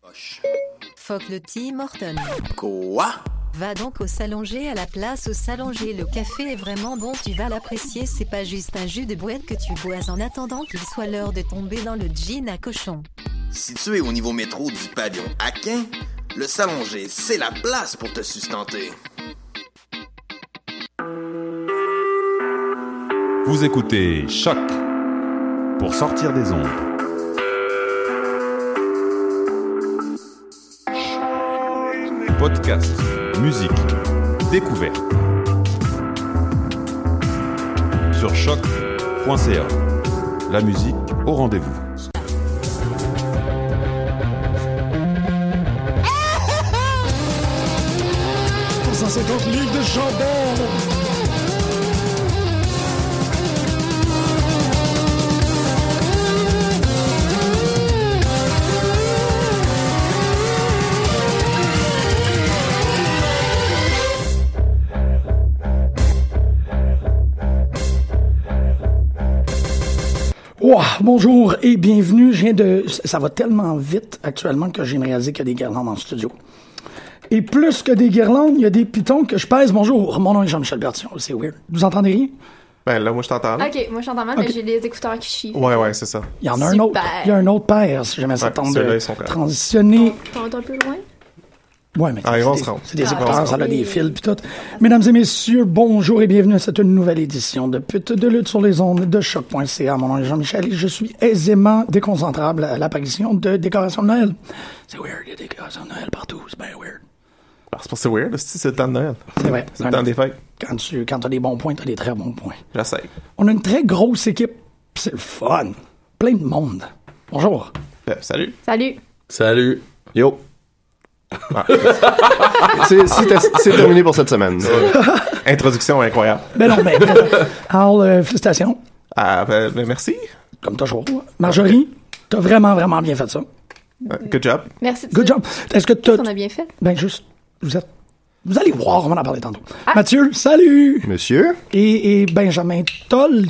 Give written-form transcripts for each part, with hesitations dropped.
Fuck le Tim Horton. Quoi? Va donc au Salonger à la place au Salonger. Le café est vraiment bon, tu vas l'apprécier. C'est pas juste un jus de boîte que tu bois en attendant qu'il soit l'heure de tomber dans le gin à cochon. Situé au niveau métro du pavillon Aquin, le Salonger, c'est la place pour te sustenter. Vous écoutez Choc pour sortir des ondes. Podcast, musique, découverte. Sur choc.ca. La musique au rendez-vous. « 150 livres de chambon! » Wow, bonjour et bienvenue. Ça va tellement vite actuellement que j'ai réalisé qu'il y a des guirlandes en studio. Et plus que des guirlandes, il y a des pitons que je pèse. Bonjour, mon nom est Jean-Michel Bertillon. C'est weird. Vous entendez rien? Ben là, moi je t'entends. Ok, moi je t'entends mal, mais j'ai les écouteurs qui chient. Ouais, c'est ça. Il y en a un autre. Il y a un autre paire, si jamais ça tente de transitionner. T'entends un peu loin? Ouais, mais c'est des écouteurs, ça a des fils pis tout. Mesdames et messieurs, bonjour et bienvenue à cette nouvelle édition de Pute de lutte sur les ondes de choc.ca. Mon nom est Jean-Michel et je suis aisément déconcentrable à l'apparition de décorations de Noël. C'est weird, il y a des décorations de Noël partout, c'est bien weird. Alors, c'est pas si weird, c'est le temps de Noël. C'est vrai. C'est le temps des fêtes. Quand t'as des bons points, t'as des très bons points. J'essaie. On a une très grosse équipe, c'est le fun. Plein de monde. Bonjour. Salut. Salut. Yo. Ah. C'est terminé pour cette semaine. Introduction incroyable. Ben non, mais alors, félicitations. Ben, merci. Comme toujours. Marjorie, t'as vraiment bien fait ça. Good job. Merci. Good job. Est-ce que qu'on a bien fait? Ben juste, vous allez voir, on va en parler tantôt. Ah. Mathieu, salut. Monsieur. Et Benjamin Toll.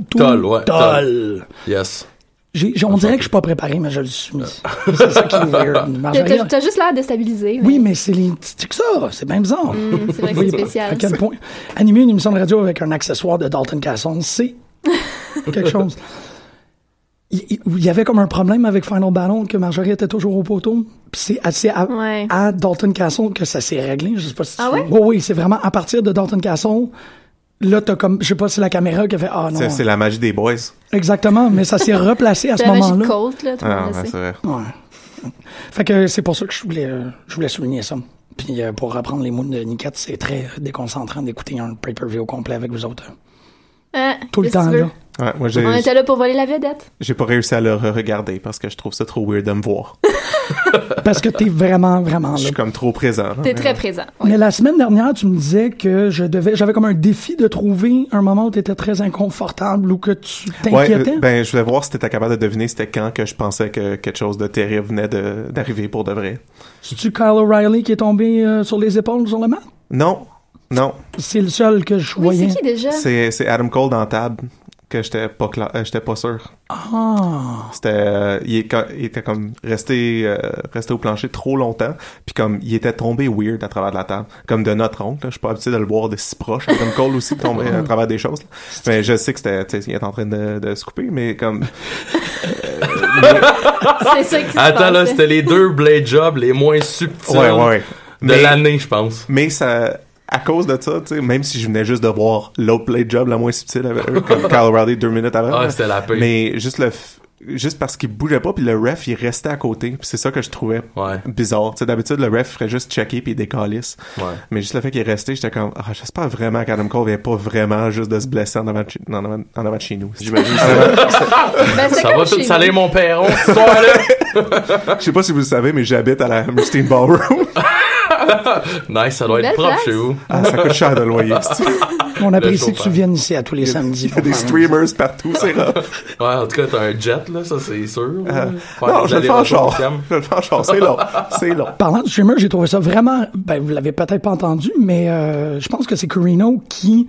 Yes. On dirait que je suis pas préparé, mais je le suis. C'est ça qui est weird. T'as juste l'air déstabilisé. Oui, mais c'est que ça. C'est bien bizarre. C'est vrai que c'est spécial. À quel point animer une émission de radio avec un accessoire de Dalton Castle, c'est quelque chose. Il y avait comme un problème avec Final Battle que Marjorie était toujours au poteau. Puis c'est à Dalton Castle que ça s'est réglé. Je sais pas si oui, c'est vraiment à partir de Dalton Castle. Là, t'as comme, je sais pas si c'est la caméra qui a fait, non. C'est la magie des boys. Exactement, mais ça s'est replacé à ce moment-là. C'est la magie Colt, là, c'est vrai. Ouais. Fait que c'est pour ça que je voulais souligner ça. Puis pour reprendre les mots de Niquette, c'est très déconcentrant d'écouter un pay-per-view complet avec vous autres. Tout le temps, là. Ouais, moi, on était là pour voler la vedette. J'ai pas réussi à le regarder parce que je trouve ça trop weird de me voir. Parce que t'es vraiment là. Je suis comme trop présent. T'es très présent. Oui. Mais la semaine dernière, tu me disais que j'avais comme un défi de trouver un moment où t'étais très inconfortable ou que tu t'inquiétais. Ouais, je voulais voir si t'étais capable de deviner c'était quand que je pensais que quelque chose de terrible venait d'arriver pour de vrai. C'est-tu Kyle O'Reilly qui est tombé sur les épaules sur le mat? Non. C'est le seul que je voyais. C'est qui déjà? C'est Adam Cole dans Table. Que j'étais pas sûr. C'était il était comme resté au plancher trop longtemps, puis comme il était tombé weird à travers de la table, comme de notre oncle, je suis pas habitué de le voir de si proche. Adam Cole aussi tombait à travers des choses là. Mais je sais que il est en train de se couper, mais comme c'est ça qui se Attends passe. Là, c'était les deux blade jobs les moins subtils de l'année, je pense. Mais ça, à cause de ça, tu sais, même si je venais juste de voir l'autre blade job la moins subtile avec eux, comme Kyle O'Reilly 2 minutes avant. C'était la paix. Mais juste parce qu'il bougeait pas, puis le ref il restait à côté, puis c'est ça que je trouvais bizarre. Tu sais, d'habitude le ref ferait juste checker puis il décalisse. Mais juste le fait qu'il est resté, j'étais comme j'espère vraiment qu'Adam Cole vient pas vraiment juste de se blesser en avant de chez nous. J'imagine ça va tout saler mon perron cette histoire-là. Je sais pas si vous le savez, mais j'habite à la Hammerstein Ballroom. Nice, ça doit être propre chez vous. Ça coûte cher de loyer. On apprécie que tu viennes ici à tous les samedis. Il y a des streamers partout, c'est rough. Ouais, en tout cas, t'as un jet, là, ça c'est sûr. Non, je le fais en char. C'est long. Parlant de streamer, j'ai trouvé ça vraiment... vous l'avez peut-être pas entendu, mais je pense que c'est Corino qui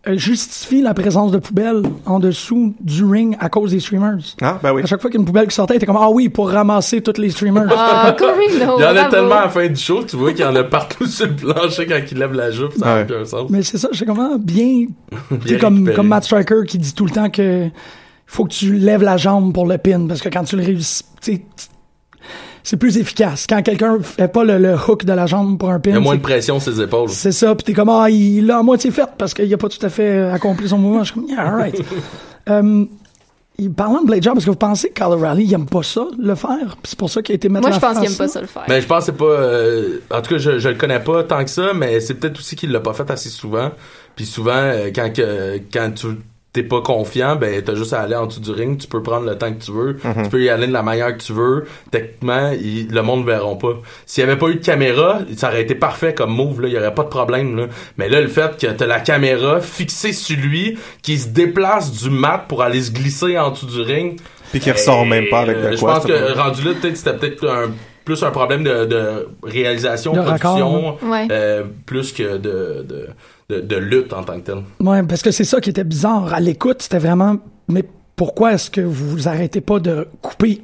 justifie la présence de poubelles en dessous du ring à cause des streamers. Ah, ben oui. À chaque fois qu'il y a une poubelle qui sortait, il était comme « Ah oui, pour ramasser tous les streamers. » Ah, Corey, no, Il y en a bravo. tellement à la fin du show, tu vois qu'il y en a partout sur le plancher quand il lève la jupe, ça n'a aucun sens. Mais c'est ça, je sais comment bien... Bien comme récupéré. Matt Striker qui dit tout le temps que faut que tu lèves la jambe pour le pin, parce que quand tu le réussis, c'est plus efficace. Quand quelqu'un fait pas le hook de la jambe pour un pin, Il y a moins de pression sur ses épaules. c'est ça, pis t'es comme, ah, il l'a à moitié fait parce qu'il a pas tout à fait accompli son mouvement. Je suis comme, yeah, alright. Parlant de Blade Job, est-ce que vous pensez que Kyle O'Reilly, il aime pas ça, le faire? Pis c'est pour ça qu'il a été mettre Moi, la je pense qu'il face aime pas là? ça le faire. Mais je pense que c'est pas... en tout cas, je le connais pas tant que ça, mais c'est peut-être aussi qu'il l'a pas fait assez souvent. Puis souvent, quand tu t'es pas confiant, ben t'as juste à aller en dessous du ring, tu peux prendre le temps que tu veux, tu peux y aller de la manière que tu veux. Techniquement, le monde ne verra pas. S'il y avait pas eu de caméra, ça aurait été parfait comme move, là, il y aurait pas de problème, là. Mais là, le fait que t'as la caméra fixée sur lui, qui se déplace du mat pour aller se glisser en dessous du ring... Puis qui ressort même pas avec de quoi. Je pense c'est que pas- rendu là, c'était peut-être plus un problème de réalisation, De production, raccord, ouais. plus que de lutte en tant que telle. Ouais, parce que c'est ça qui était bizarre. À l'écoute, c'était vraiment, mais pourquoi est-ce que vous arrêtez pas de couper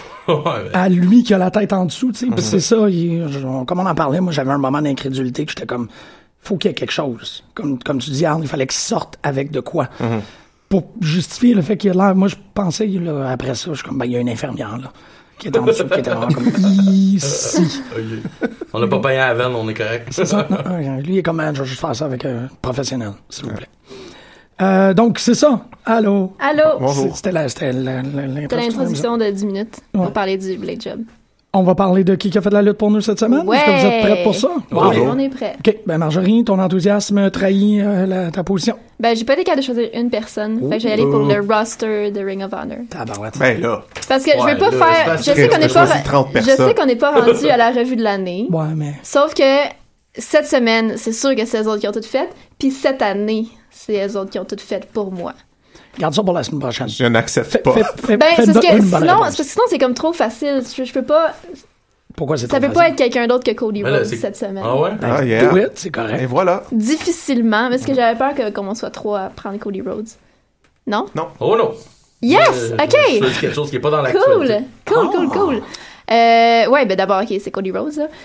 à lui qui a la tête en dessous, tu sais? Puis c'est ça, comme on en parlait, moi, j'avais un moment d'incrédulité que j'étais comme, faut qu'il y ait quelque chose. Comme tu dis, Arne, il fallait qu'il sorte avec de quoi. Pour justifier le fait qu'il a l'air, moi, je pensais, là, après ça, je suis comme, ben, il y a une infirmière, là, qui était en dessous, qui était vraiment comme, ici. Okay. On n'a pas payé à la veine, on est correct. C'est ça. Non, lui, il est comme, je vais juste faire ça avec un professionnel, s'il vous plaît. Donc, c'est ça. Allô? Allô? Bonjour. C'était L'introduction de 10 minutes Ouais. pour parler du Blade Job. On va parler de qui a fait de la lutte pour nous cette semaine. Ouais. Est-ce que vous êtes prêts pour ça? Oui, on est prêts. OK. Ben, Marjorie, ton enthousiasme trahit ta position. Ben, j'ai pas été capable de choisir une personne. Fait que j'ai allé pour le roster de Ring of Honor. Tabarouette. Ben là. Parce que je Ouais, veux pas là, faire. c'est Je sais qu'on n'est pas. choisi 30 Je personnes. sais qu'on n'est pas rendu à la revue de l'année. Ouais, mais... Sauf que cette semaine, c'est sûr que c'est eux autres qui ont tout fait. Puis cette année, c'est eux autres qui ont tout fait pour moi. Garde ça pour la semaine prochaine. Je n'accepte pas. Ben, c'est parce faites que une bonne sinon, réponse. c'est parce que sinon c'est comme trop facile. Je peux pas. Pourquoi c'est Ça trop peut pas facile? être quelqu'un d'autre que Cody Mais là, Rhodes c'est- cette semaine. Ah ouais? Ah, yeah. Do it, c'est Et correct. voilà. Difficilement, parce que j'avais peur qu'on soit trop à prendre Cody Rhodes. Non? Oh non! Yes! Je OK! choisis quelque chose qui est pas dans Cool! l'actualité. Cool. Ouais, ben d'abord, OK, c'est Cody Rhodes, là.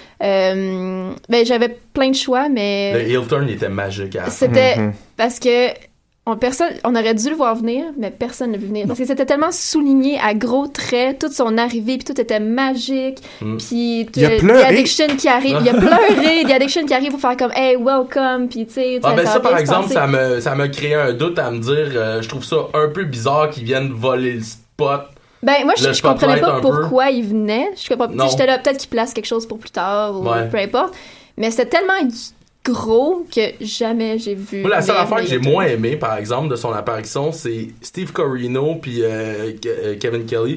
Ben, j'avais plein de choix, Le mais heel turn, il était magique. À... c'était parce que on aurait dû le voir venir, mais personne ne l'a vu venir. Parce que c'était tellement souligné à gros traits, toute son arrivée, puis tout était magique. Puis Il a The pleuré. Addiction qui arrive, il a pleuré, The Addiction qui arrive pour faire comme « Hey, welcome », puis tu sais, Ah ben va ça par bien se exemple passer. ça m'a créé un doute à me dire je trouve ça un peu bizarre qu'ils viennent voler le spot. Ben, moi, je Le comprenais pas spotlight un peu. pourquoi il venait. Je comprends pas. Non. J'étais là, peut-être qu'il place quelque chose pour plus tard ou Ouais. peu importe. Mais c'était tellement gros que jamais j'ai vu. Moi, la seule venir affaire que j'ai venir. moins aimé, par exemple, de son apparition, c'est Steve Corino puis Kevin Kelly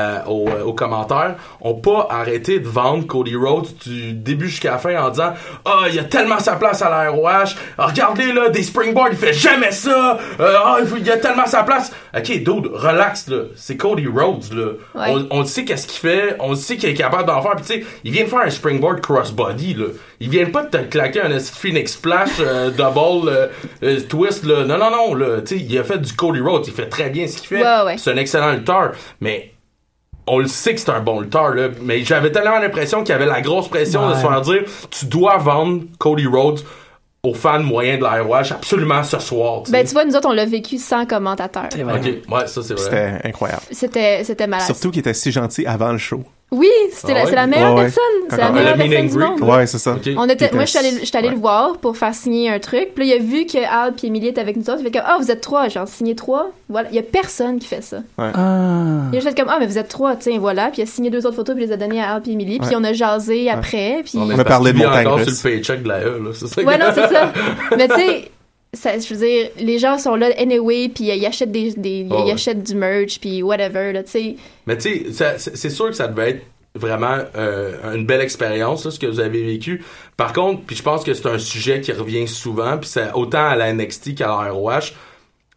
aux commentaires ont pas arrêté de vendre Cody Rhodes du début jusqu'à la fin en disant « Ah, il y a tellement sa place à la ROH. Ah, regardez, là, des springboards, il fait jamais ça. Il y a tellement sa place. » OK, dude, relax, là. C'est Cody Rhodes, là. Ouais. On sait qu'est-ce qu'il fait. On sait qu'il est capable d'en faire. Puis, tu sais, il vient de faire un springboard crossbody, là. Il vient pas de te claquer un Phoenix Splash double twist, là. Non, là. Tu sais, il a fait du Cody Rhodes. Il fait très bien ce qu'il fait. Ouais. C'est un excellent lutteur. Mais on le sait que c'est un bon lutteur, là. Mais j'avais tellement l'impression qu'il y avait la grosse pression de se faire dire tu dois vendre Cody Rhodes aux fans moyens de la ROH absolument ce soir. Ben, tu vois, nous autres, on l'a vécu sans commentateur. C'est vrai. OK, ouais, ça c'est vrai. C'était incroyable. C'était malade. Surtout qu'il était si gentil avant le show. Oui, c'était Ah ouais? c'est la meilleure Ouais. personne. C'est la Ah, meilleure le meet personne and du monde. greet, Ouais, c'est ça. OK. On était, Puis moi, j'étais allée ouais. le voir pour faire signer un truc. Puis là, il a vu que Al et Emily étaient avec nous autres. Il fait comme, ah, vous êtes trois. Genre, signé trois. Voilà. Il y a personne qui fait ça. Ah. Il a juste fait comme, ah, mais vous êtes trois. Tiens, voilà. Puis il a signé 2 autres photos. Puis il les a données à Al et Emily. Puis Ouais. on a jasé après. Puis. Non, mais On a parce parlé qu'il de vit montagne encore russe. sur le paycheck de la E, là. C'est ça Ouais, non, c'est ça. Mais tu sais, je veux dire, les gens sont là anyway. Puis ils achètent ils ouais. achètent du merch. Puis whatever, là, tu sais. Mais tu sais, c'est sûr que ça devait être vraiment une belle expérience, là, ce que vous avez vécu. Par contre, puis je pense que c'est un sujet qui revient souvent, puis c'est autant à la NXT qu'à la ROH,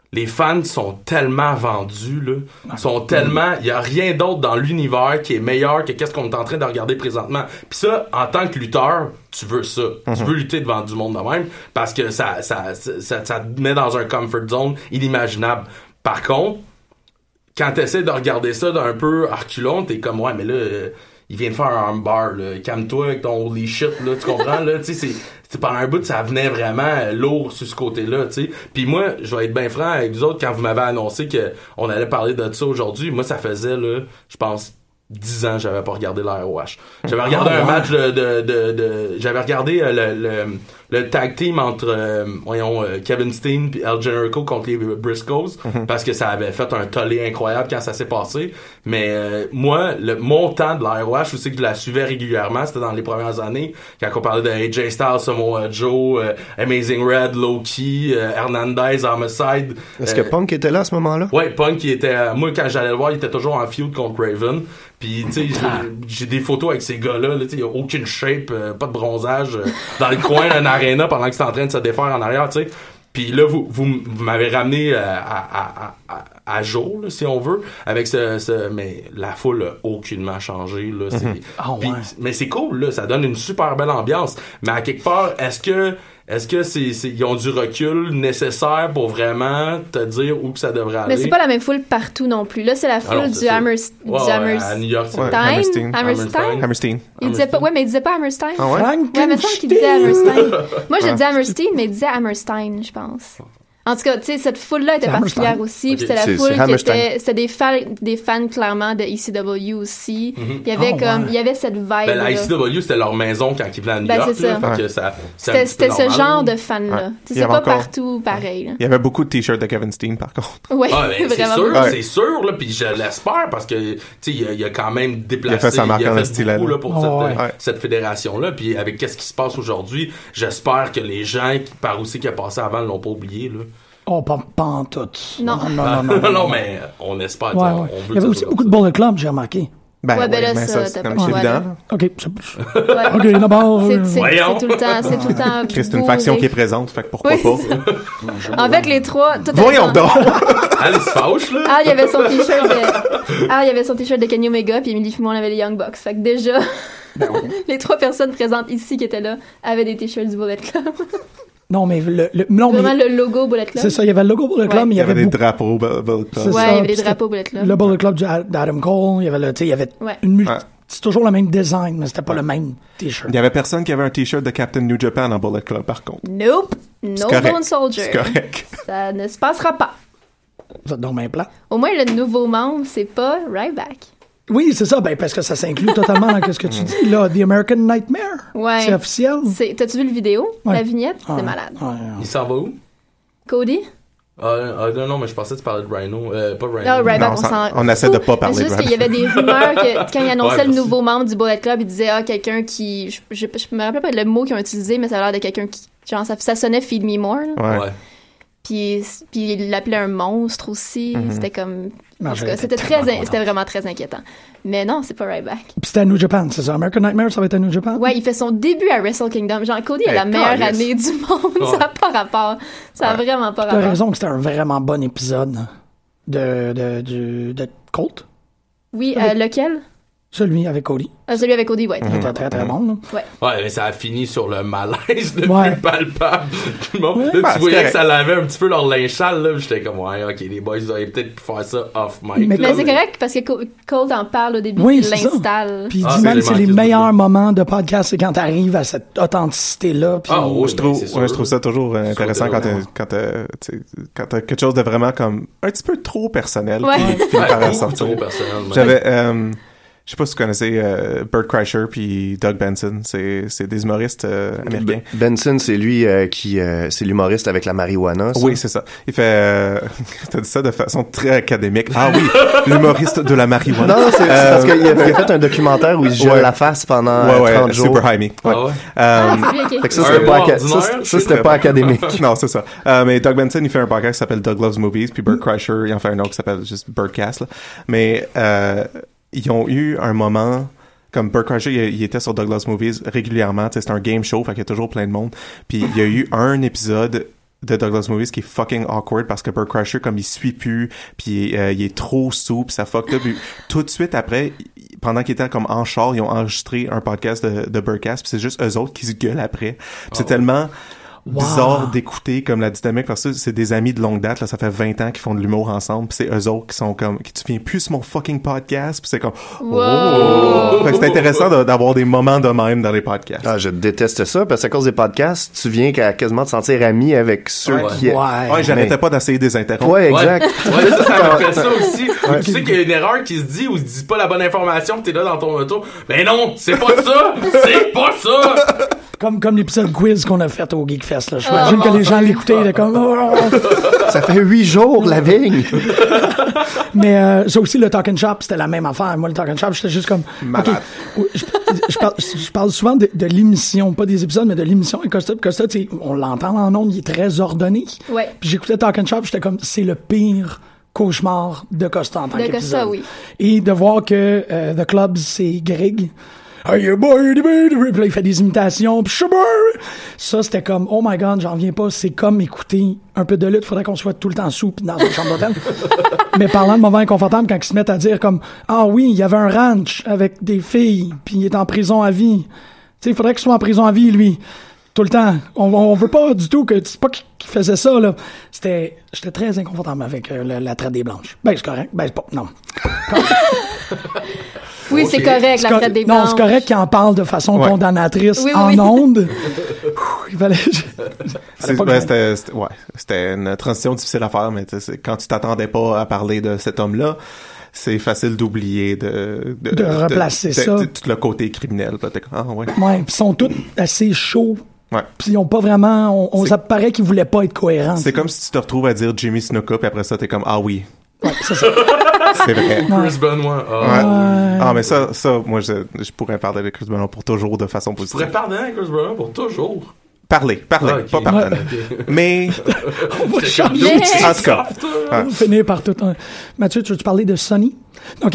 les fans sont tellement vendus, là. Sont tellement... Il y a rien d'autre dans l'univers qui est meilleur que qu'est-ce qu'on est en train de regarder présentement. Puis ça, en tant que lutteur, tu veux ça. Tu veux lutter devant du monde de même parce que ça te met dans un comfort zone inimaginable. Par contre, quand t'essaies de regarder ça d'un peu reculons, t'es comme, ouais, mais là... il vient de faire un armbar, là. Calme-toi avec ton holy shit, là. Tu comprends, là? Tu sais, c'est pendant un bout, ça venait vraiment lourd sur ce côté-là, tu sais. Puis moi, je vais être bien franc avec vous autres, quand vous m'avez annoncé qu'on allait parler de ça aujourd'hui, moi, ça faisait, là, je pense, 10 ans, j'avais pas regardé l'ROH. J'avais regardé un match j'avais regardé le tag team entre Kevin Steen puis El Generico contre les Briscoes parce que ça avait fait un tollé incroyable quand ça s'est passé. Mais moi, mon temps de l'ROH, je sais que je la suivais régulièrement, c'était dans les premières années quand on parlait de AJ Styles, Samoa Joe, Amazing Red, Low-Key, Hernandez, Homicide. Est-ce que Punk était là à ce moment-là? Ouais, Punk, il était... moi, quand j'allais le voir, il était toujours en feud contre Raven. Puis, tu sais, j'ai des photos avec ces gars-là, tu sais, il y a aucune shape, pas de bronzage, dans le coin d'un aréna pendant que c'est en train de se défaire en arrière, tu sais. Puis là, vous m'avez ramené à jour, là, si on veut, avec mais la foule a aucunement changé, là. Mais c'est cool, là, ça donne une super belle ambiance. Mais à quelque part, est-ce que ils ont du recul nécessaire pour vraiment te dire où que ça devrait aller? Mais c'est pas la même foule partout non plus. Là, c'est la foule du Hammerstein. À New York, Hammerstein. Il disait pas, mais il disait pas Hammerstein. Ah ouais? Ouais, mais il me semble qu'il disait Hammerstein. Moi, je disais Hammerstein, mais il disait Hammerstein, je pense. En tout cas, tu sais, cette foule-là était particulière aussi. Puis c'était la foule qui était... C'était des fans clairement de ECW aussi. Il y avait il y avait cette vibe. Ben, la ECW, c'était leur maison quand ils venaient à New York. C'est ça. Fait que c'était ce genre de fan-là. C'est pas partout pareil. Là. Il y avait beaucoup de t-shirts de Kevin Steen, par contre. Ouais, vraiment. C'est sûr, là, puis je l'espère parce que, tu sais, il a quand même déplacé. Il a fait sa marque en style beaucoup, là, pour cette fédération-là. Puis avec qu'est-ce qui se passe aujourd'hui, j'espère que les gens par aussi qui a passé avant l'ont pas oublié, là. Oh, pas en tout. Non. Non, mais on espère. Ouais. On veut. Il y avait aussi beaucoup de Bullet Club, j'ai remarqué. Ben là, c'est évident. OK. OK, d'abord... C'est tout le temps... C'est une faction qui est présente, fait que pourquoi pas? En fait, les trois... Voyons donc! Alice fauche, là! Il y avait son t-shirt de Kenny Omega, puis Emily Fumon avait les Young Bucks. Fait que déjà, les trois personnes présentes ici qui étaient là avaient des t-shirts du Bullet Club. Non, mais vraiment le logo Bullet Club. C'est ça, il y avait le logo Bullet Club, mais il y avait des drapeaux Bullet Club. Ouais, il y avait des drapeaux Bullet Club. Le Bullet Club d'Adam Cole, il y avait une multitude. C'est toujours le même design, mais c'était pas le même t-shirt. Il y avait personne qui avait un t-shirt de Captain New Japan en Bullet Club, par contre. Nope. No Bone Soldier. C'est correct. Ça ne se passera pas. Vous êtes donc bien plat. Au moins, le nouveau membre, c'est pas Ryback. Oui, c'est ça, parce que ça s'inclut totalement dans ce que tu dis, là, The American Nightmare. Ouais. C'est officiel. T'as-tu vu le vidéo? La vignette? C'est malade. Il s'en va où? Cody? Non, mais je pensais que tu parlais de Rhino. Pas Rhino. Non, Ryback, on essaie de pas parler de Ryback. Ryback. Juste qu'il y avait des rumeurs que quand il annonçait le nouveau membre du Bullet Club, il disait, quelqu'un qui... Je me rappelle pas le mot qu'ils ont utilisé, mais ça a l'air de quelqu'un qui... Genre, ça sonnait Feed Me More. Ouais. Puis il l'appelait un monstre aussi. C'était comme... En tout cas, c'était vraiment très inquiétant. Mais non, c'est pas Ryback. Puis c'était à New Japan, c'est ça? American Nightmare, ça va être à New Japan? Ouais, il fait son début à Wrestle Kingdom. Genre, Cody a la meilleure année du monde. Ça n'a pas rapport. Ça a vraiment pas rapport. T'as raison que c'était un vraiment bon épisode de Colt. Oui, lequel? Celui avec Cody. Celui avec Cody, ouais. C'était très, très bon, là. Ouais, mais ça a fini sur le malaise le plus palpable. Là, tu voyais que ça lavait un petit peu leur linge sale, là. J'étais comme, OK, les boys, ils auraient peut-être pu faire ça off mic. Mais c'est correct, parce que Colt en parle au début, il l'installe. Puis il dit même c'est les meilleurs moments de podcast, c'est quand t'arrives à cette authenticité-là. Je trouve ça toujours intéressant quand t'as quelque chose de vraiment comme un petit peu trop personnel qui finit par sortir. Trop personnel. J'avais... Je sais pas si vous connaissez Bert Kreischer puis Doug Benson, c'est des humoristes américains. Benson, c'est lui c'est l'humoriste avec la marijuana. Ça? Oui, c'est ça. Il fait t'as dit ça de façon très académique. Ah oui, l'humoriste de la marijuana. Non, c'est parce qu'il a fait un documentaire où il se gèle la face pendant 30 jours. Super high me. Fait que ça c'était pas académique. Non, c'est ça. Mais Doug Benson, il fait un podcast qui s'appelle Doug Loves Movies, puis Bert Kreischer, il en fait un autre qui s'appelle juste Bertcast là. Mais ils ont eu un moment comme Bert Kreischer, il était sur Doug Loves Movies régulièrement, c'était un game show, fait qu'il y a toujours plein de monde. Puis il y a eu un épisode de Douglas Movies qui est fucking awkward parce que Bert Kreischer, comme il suit plus, puis il est trop sous, puis ça fucked up. Tout de suite après, pendant qu'ils étaient comme en char, ils ont enregistré un podcast de Birdcast, puis c'est juste eux autres qui se gueulent après. Puis c'est tellement bizarre d'écouter comme la dynamique parce que c'est des amis de longue date, là, ça fait 20 ans qu'ils font de l'humour ensemble, puis c'est eux autres qui sont comme tu viens plus sur mon fucking podcast, puis c'est comme Fait que c'est intéressant d'avoir des moments de même dans les podcasts. Ah, je déteste ça parce qu'à cause des podcasts, tu viens qu'à quasiment te sentir ami avec ceux qui j'arrêtais pas d'essayer des interrompre. Ouais, exact. Ouais, ça me fait ça aussi. Tu sais qu'il y a une erreur qui se dit ou tu dis pas la bonne information, pis t'es là dans ton auto. Mais non, c'est pas ça! C'est pas ça! Comme l'épisode quiz qu'on a fait au Geekfest, là. J'imagine que les gens l'écoutaient, ils étaient comme... Ça fait 8 jours, la veille! Mais ça aussi, le Talk 'n Shop, c'était la même affaire. Moi, le Talk 'n Shop, j'étais juste comme... Okay, je parle souvent de l'émission, pas des épisodes, mais de l'émission. Et Costa, on l'entend en ondes, il est très ordonné. Ouais. Puis j'écoutais Talk 'n Shop, j'étais comme, c'est le pire cauchemar de Costa en tant qu'épisode. De Costa, oui. Et de voir que The Club, c'est Greg... Hey boy, puis là, il fait des imitations, pis ça, c'était comme, oh my god, j'en viens pas, c'est comme écouter un peu de lutte, faudrait qu'on soit tout le temps sous pis dans une chambre d'hôtel. Mais parlant de moments inconfortables, quand ils se mettent à dire comme, ah oui, il y avait un ranch avec des filles, puis il est en prison à vie. Tu sais, il faudrait qu'il soit en prison à vie, lui. Tout le temps. On veut pas du tout que, c'est pas qu'il faisait ça, là. J'étais très inconfortable avec la traite des blanches. Ben, c'est correct. Ben, c'est pas, non. Oui, c'est correct, la traite des blanches. Non, c'est correct qu'il en parle de façon condamnatrice en ondes. Il fallait... C'était une transition difficile à faire, mais quand tu t'attendais pas à parler de cet homme-là, c'est facile d'oublier de replacer ça. Tout le côté criminel, peut-être. Ah, ouais. Ouais, ils sont tous assez chauds. Ouais. Puis ils ont pas vraiment... Ça paraît qu'ils voulaient pas être cohérents. C'est comme si tu te retrouves à dire Jimmy Snuka, puis après ça, t'es comme, ah oui. Ouais, c'est ça. C'est vrai. Chris Benoit. Ah, mais ça, moi, je pourrais parler de Chris Benoit pour toujours de façon positive. Tu pourrais parler de Chris Benoit pour toujours? Parler, pas parler. Mais... On va changer. En tout cas. On va finir par tout. Mathieu, tu veux parler de Sonny? OK.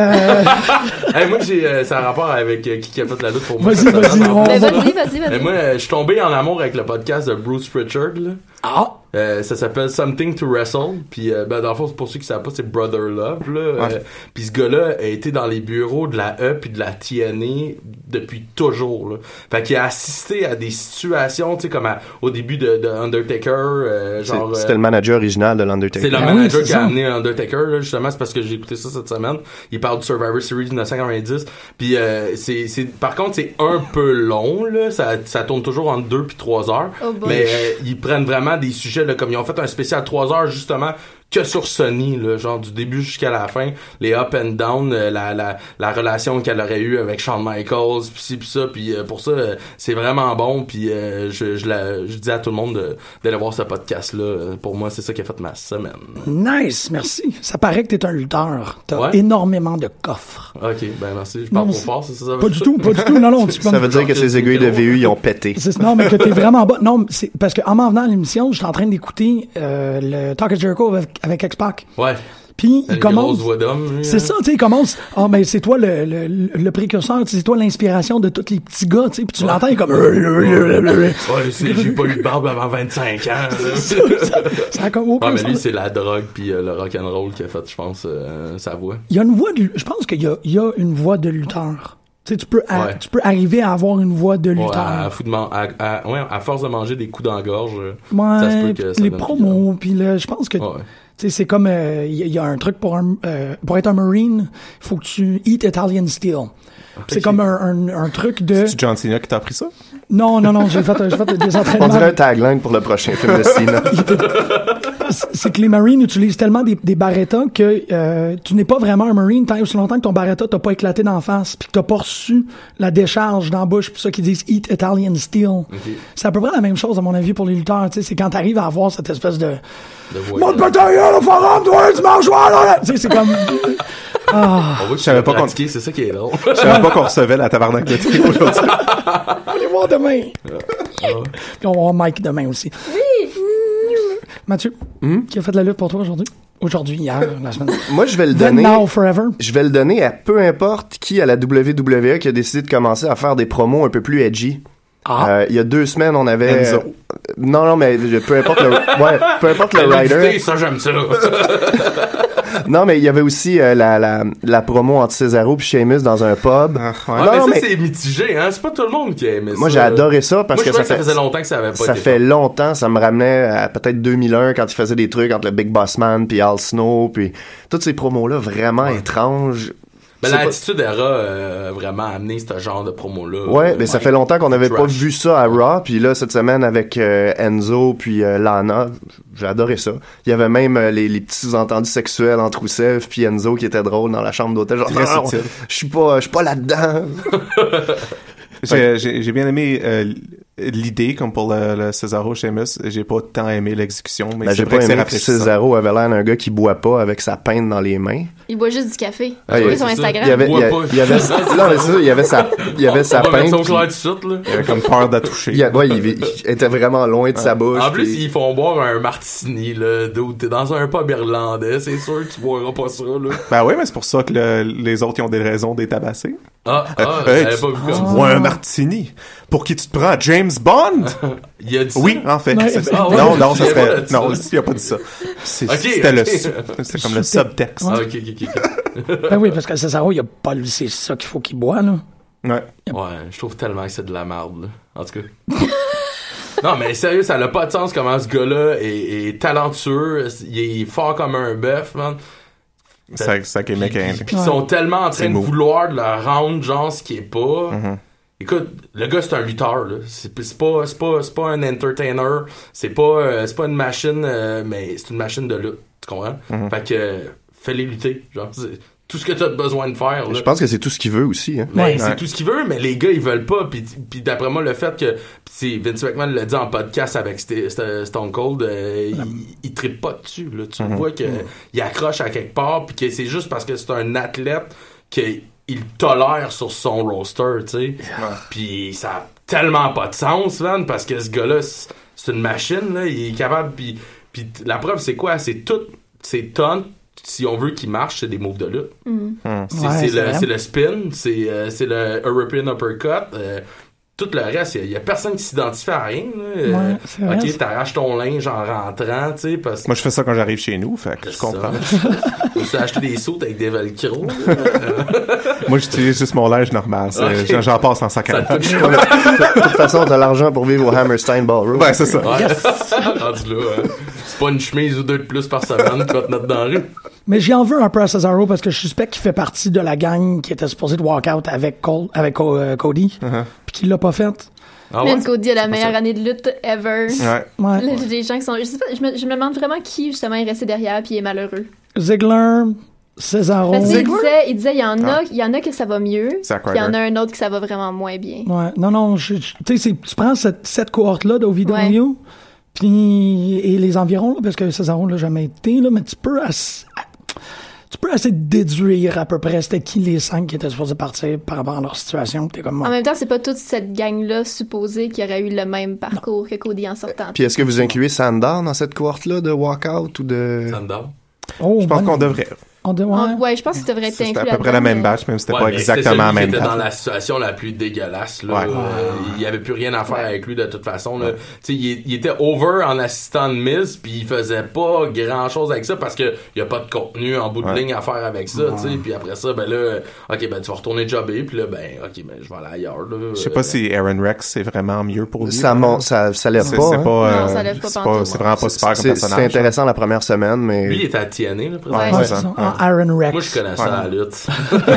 Hey, moi, ça a rapport avec qui a fait la lutte pour moi. Vas-y. Vas-y. Moi, je suis tombé en amour avec le podcast de Bruce Pritchard, là. Ah! Ça s'appelle Something to Wrestle, puis dans le fond, pour ceux qui savent pas, c'est Brother Love, là. Puis ce gars-là a été dans les bureaux de la E puis de la TNA depuis toujours, là. Fait qu'il a assisté à des situations, tu sais, comme au début de Undertaker, genre... C'était le manager original de l'Undertaker. C'est le manager qui a amené Undertaker, là, justement, c'est parce que j'ai écouté ça cette semaine. Il parle du Survivor Series 1990, puis par contre, c'est un peu long, là, ça tourne toujours entre 2 puis 3 heures, mais ils prennent vraiment des sujets, là, comme ils ont fait un spécial 3 heures, justement, que sur Sonny, là, genre du début jusqu'à la fin, les up and down, la relation qu'elle aurait eue avec Shawn Michaels, pis ci pis ça, puis pour ça, c'est vraiment bon, puis je dis à tout le monde d'aller voir ce podcast-là. Pour moi, c'est ça qui a fait ma semaine. Nice, merci. Ça paraît que t'es un lutteur. T'as énormément de coffres. Ok, ben merci. Je parle trop fort, c'est ça? Pas du tout. Non. Ça veut dire que ces aiguilles de VU, ils ont pété. Non, mais que t'es vraiment bas. Non, c'est parce que en m'en venant à l'émission, j'étais en train d'écouter le Talk of Jericho avec X-Pac. Ouais. Puis il commence. Voix d'homme, c'est ça, tu sais, il commence. Ah, mais c'est toi le précurseur, c'est toi l'inspiration de tous les petits gars, tu sais. Puis tu l'entends, il est comme. Ouais, j'ai pas eu de barbe avant 25 ans. Ça a comme aucun mais lui, c'est la drogue puis le rock'n'roll qui a fait, je pense, sa voix. Il y a une voix je pense qu'il y a une voix de lutteur. Tu sais, tu peux arriver à avoir une voix de lutteur. À force de manger des coups dans la gorge, ça se peut que ça les promos, puis là, je pense que tu sais, c'est comme il y a un truc pour être un Marine, il faut que tu eat Italian steel. C'est comme un truc de... C'est John Cena qui t'a appris ça? Non, j'ai fait des entraînements. On dirait un tagline pour le prochain film de Cena. C'est que les Marines utilisent tellement des Barrettas que tu n'es pas vraiment un Marine tant et aussi longtemps que ton Barretta t'a pas éclaté d'en face puis que t'as pas reçu la décharge dans la bouche, puis ça qu'ils disent Eat Italian Steel. Okay. C'est à peu près la même chose à mon avis pour les lutteurs, tu sais, c'est quand t'arrives à avoir cette espèce de monte bataille, le forum, toi, dimanche soir, tu sais, c'est comme... Je savais pas qu'on... C'est ça qui est drôle. Je savais pas qu'on recevait la tabarnak de thé aujourd'hui. On va les voir demain. Puis on va voir Mike demain aussi. Oui! Mathieu, qui a fait de la lutte pour toi aujourd'hui? Aujourd'hui, hier, la semaine. Moi, je vais le donner. Now, forever. Je vais le donner à peu importe qui à la WWE qui a décidé de commencer à faire des promos un peu plus edgy. Il y a 2 semaines, on avait... Non, mais peu importe le rider. Ça, j'aime ça. Non, mais il y avait aussi la promo entre Cesaro puis Sheamus dans un pub. Mais c'est mitigé, hein. C'est pas tout le monde qui a aimé ça. Moi, j'ai adoré ça parce que ça faisait longtemps que ça avait pas été. Ça fait longtemps, ça me ramenait à peut-être 2001 quand il faisait des trucs entre le Big Boss Man puis Al Snow puis toutes ces promos-là vraiment étranges. Mais l'attitude era vraiment amené ce genre de promo-là. Ouais, mais ça fait longtemps qu'on n'avait pas vu ça à Raw. Puis là, cette semaine, avec Enzo puis Lana, j'ai adoré ça. Il y avait même les petits entendus sexuels entre Rousseff puis Enzo qui étaient drôles dans la chambre d'hôtel. Genre, je suis pas là-dedans. J'ai bien aimé l'idée, comme pour le Cesaro Sheamus. J'ai pas tant aimé l'exécution, mais c'est vrai que c'est rafraîchissant. Cesaro avait l'air d'un gars qui boit pas avec sa pinte dans les mains. Il boit juste du café. J'ai vu son Instagram. Il y avait sa pinte. Il avait comme peur de toucher. Il était vraiment loin de sa bouche. En plus, ils font boire un martini, là. T'es dans un pub irlandais, c'est sûr que tu boiras pas ça, là. Ben oui, mais c'est pour ça que les autres, ils ont des raisons d'être tabassés. J'avais pas vu comme ça. Bois un martini. Pour qui tu te prends? James Bond? Il a dit ça? Oui, en fait. Non, ça serait... Non, il a pas dit ça. C'était comme le subtexte. Ben oui, parce que Cesaro, c'est ça qu'il faut qu'il boit, là. Ouais, je trouve tellement que c'est de la merde, là. En tout cas. Non, mais sérieux, ça n'a pas de sens comment ce gars-là est talentueux. Il est fort comme un bœuf, man. Ça qui est mécanique. Puis ils sont tellement en train de vouloir de leur rendre genre ce qui est pas. Écoute, le gars c'est un lutteur là. C'est pas un entertainer. C'est pas une machine, mais c'est une machine de lutte. Tu comprends? Fait que fais-les lutter. Genre, c'est tout ce que tu as besoin de faire. Là. Je pense que c'est tout ce qu'il veut aussi. Hein. Mais c'est tout ce qu'il veut, mais les gars ils veulent pas. Puis d'après moi le fait que Vince McMahon l'a dit en podcast avec Stone Cold, il trippe pas dessus. Là. Tu vois que il accroche à quelque part, puis que c'est juste parce que c'est un athlète qu'il tolère sur son roster, tu sais. Puis ça a tellement pas de sens, man, parce que ce gars-là c'est une machine, là. Il est capable. Puis la preuve c'est quoi? C'est tout, c'est tonnes. Si on veut qu'il marche, c'est des moves de lutte. C'est le spin, c'est le European Uppercut. Tout le reste, il y a personne qui s'identifie à rien. Là. Ok, t'arraches ton linge en rentrant, tu sais, parce que... Moi, je fais ça quand j'arrive chez nous, fait que je comprends. Je me suis acheté des sautes avec des velcro. Moi, j'utilise juste mon linge normal. J'en passe en sac à main. De toute façon, t'as l'argent pour vivre au Hammerstein Ballroom. Ouais, c'est ça. Rendu là, c'est pas une chemise ou deux de plus par semaine qui va te mettre dans la rue. Mais j'y en veux un peu à Cesaro parce que je suspecte qu'il fait partie de la gang qui était supposée de walk out avec Cody, puis qu'il l'a pas fait. Même Cody a la meilleure année de lutte ever. Ouais. Là, j'ai des gens qui sont... Je sais pas, je me demande vraiment qui, justement, est resté derrière puis est malheureux. Ziggler, Cesaro. Parce il disait, il y en a que ça va mieux, puis il y en a un autre que ça va vraiment moins bien. Ouais. Non, tu sais, tu prends cette cohorte-là d'OVW, puis et les environs, là, parce que Cesaro l'a jamais été, là, mais tu peux assez déduire à peu près c'était qui les 5 qui étaient supposés partir par rapport à leur situation. T'es comme moi. En même temps, c'est pas toute cette gang-là supposée qui aurait eu le même parcours que Cody en sortant. Puis est-ce que vous incluez Sandor dans cette cohorte-là de walkout ou de... Sandor? Je pense qu'on devrait. Je pense que tu devrais être inclus. C'était à peu près la même batch, même si c'était pas exactement la même batch. C'était dans la situation la plus dégueulasse. Là. Il y avait plus rien à faire avec lui de toute façon. Là. Il était over en assistant de Miz, puis il faisait pas grand-chose avec ça parce que il y a pas de contenu en bout de ligne à faire avec ça. Puis après ça, ben là, ok, ben tu vas retourner jobber, puis là, ben ok, ben je vais aller ailleurs. Je sais pas si Aaron Rex c'est vraiment mieux pour lui. Ça lève pas. Non, ça lève pas. C'est vraiment pas super comme personnage. C'est intéressant la première semaine, mais... Lui, il est à TNA, là, présentement. Aaron Rex. Moi, je connais ça à la lutte.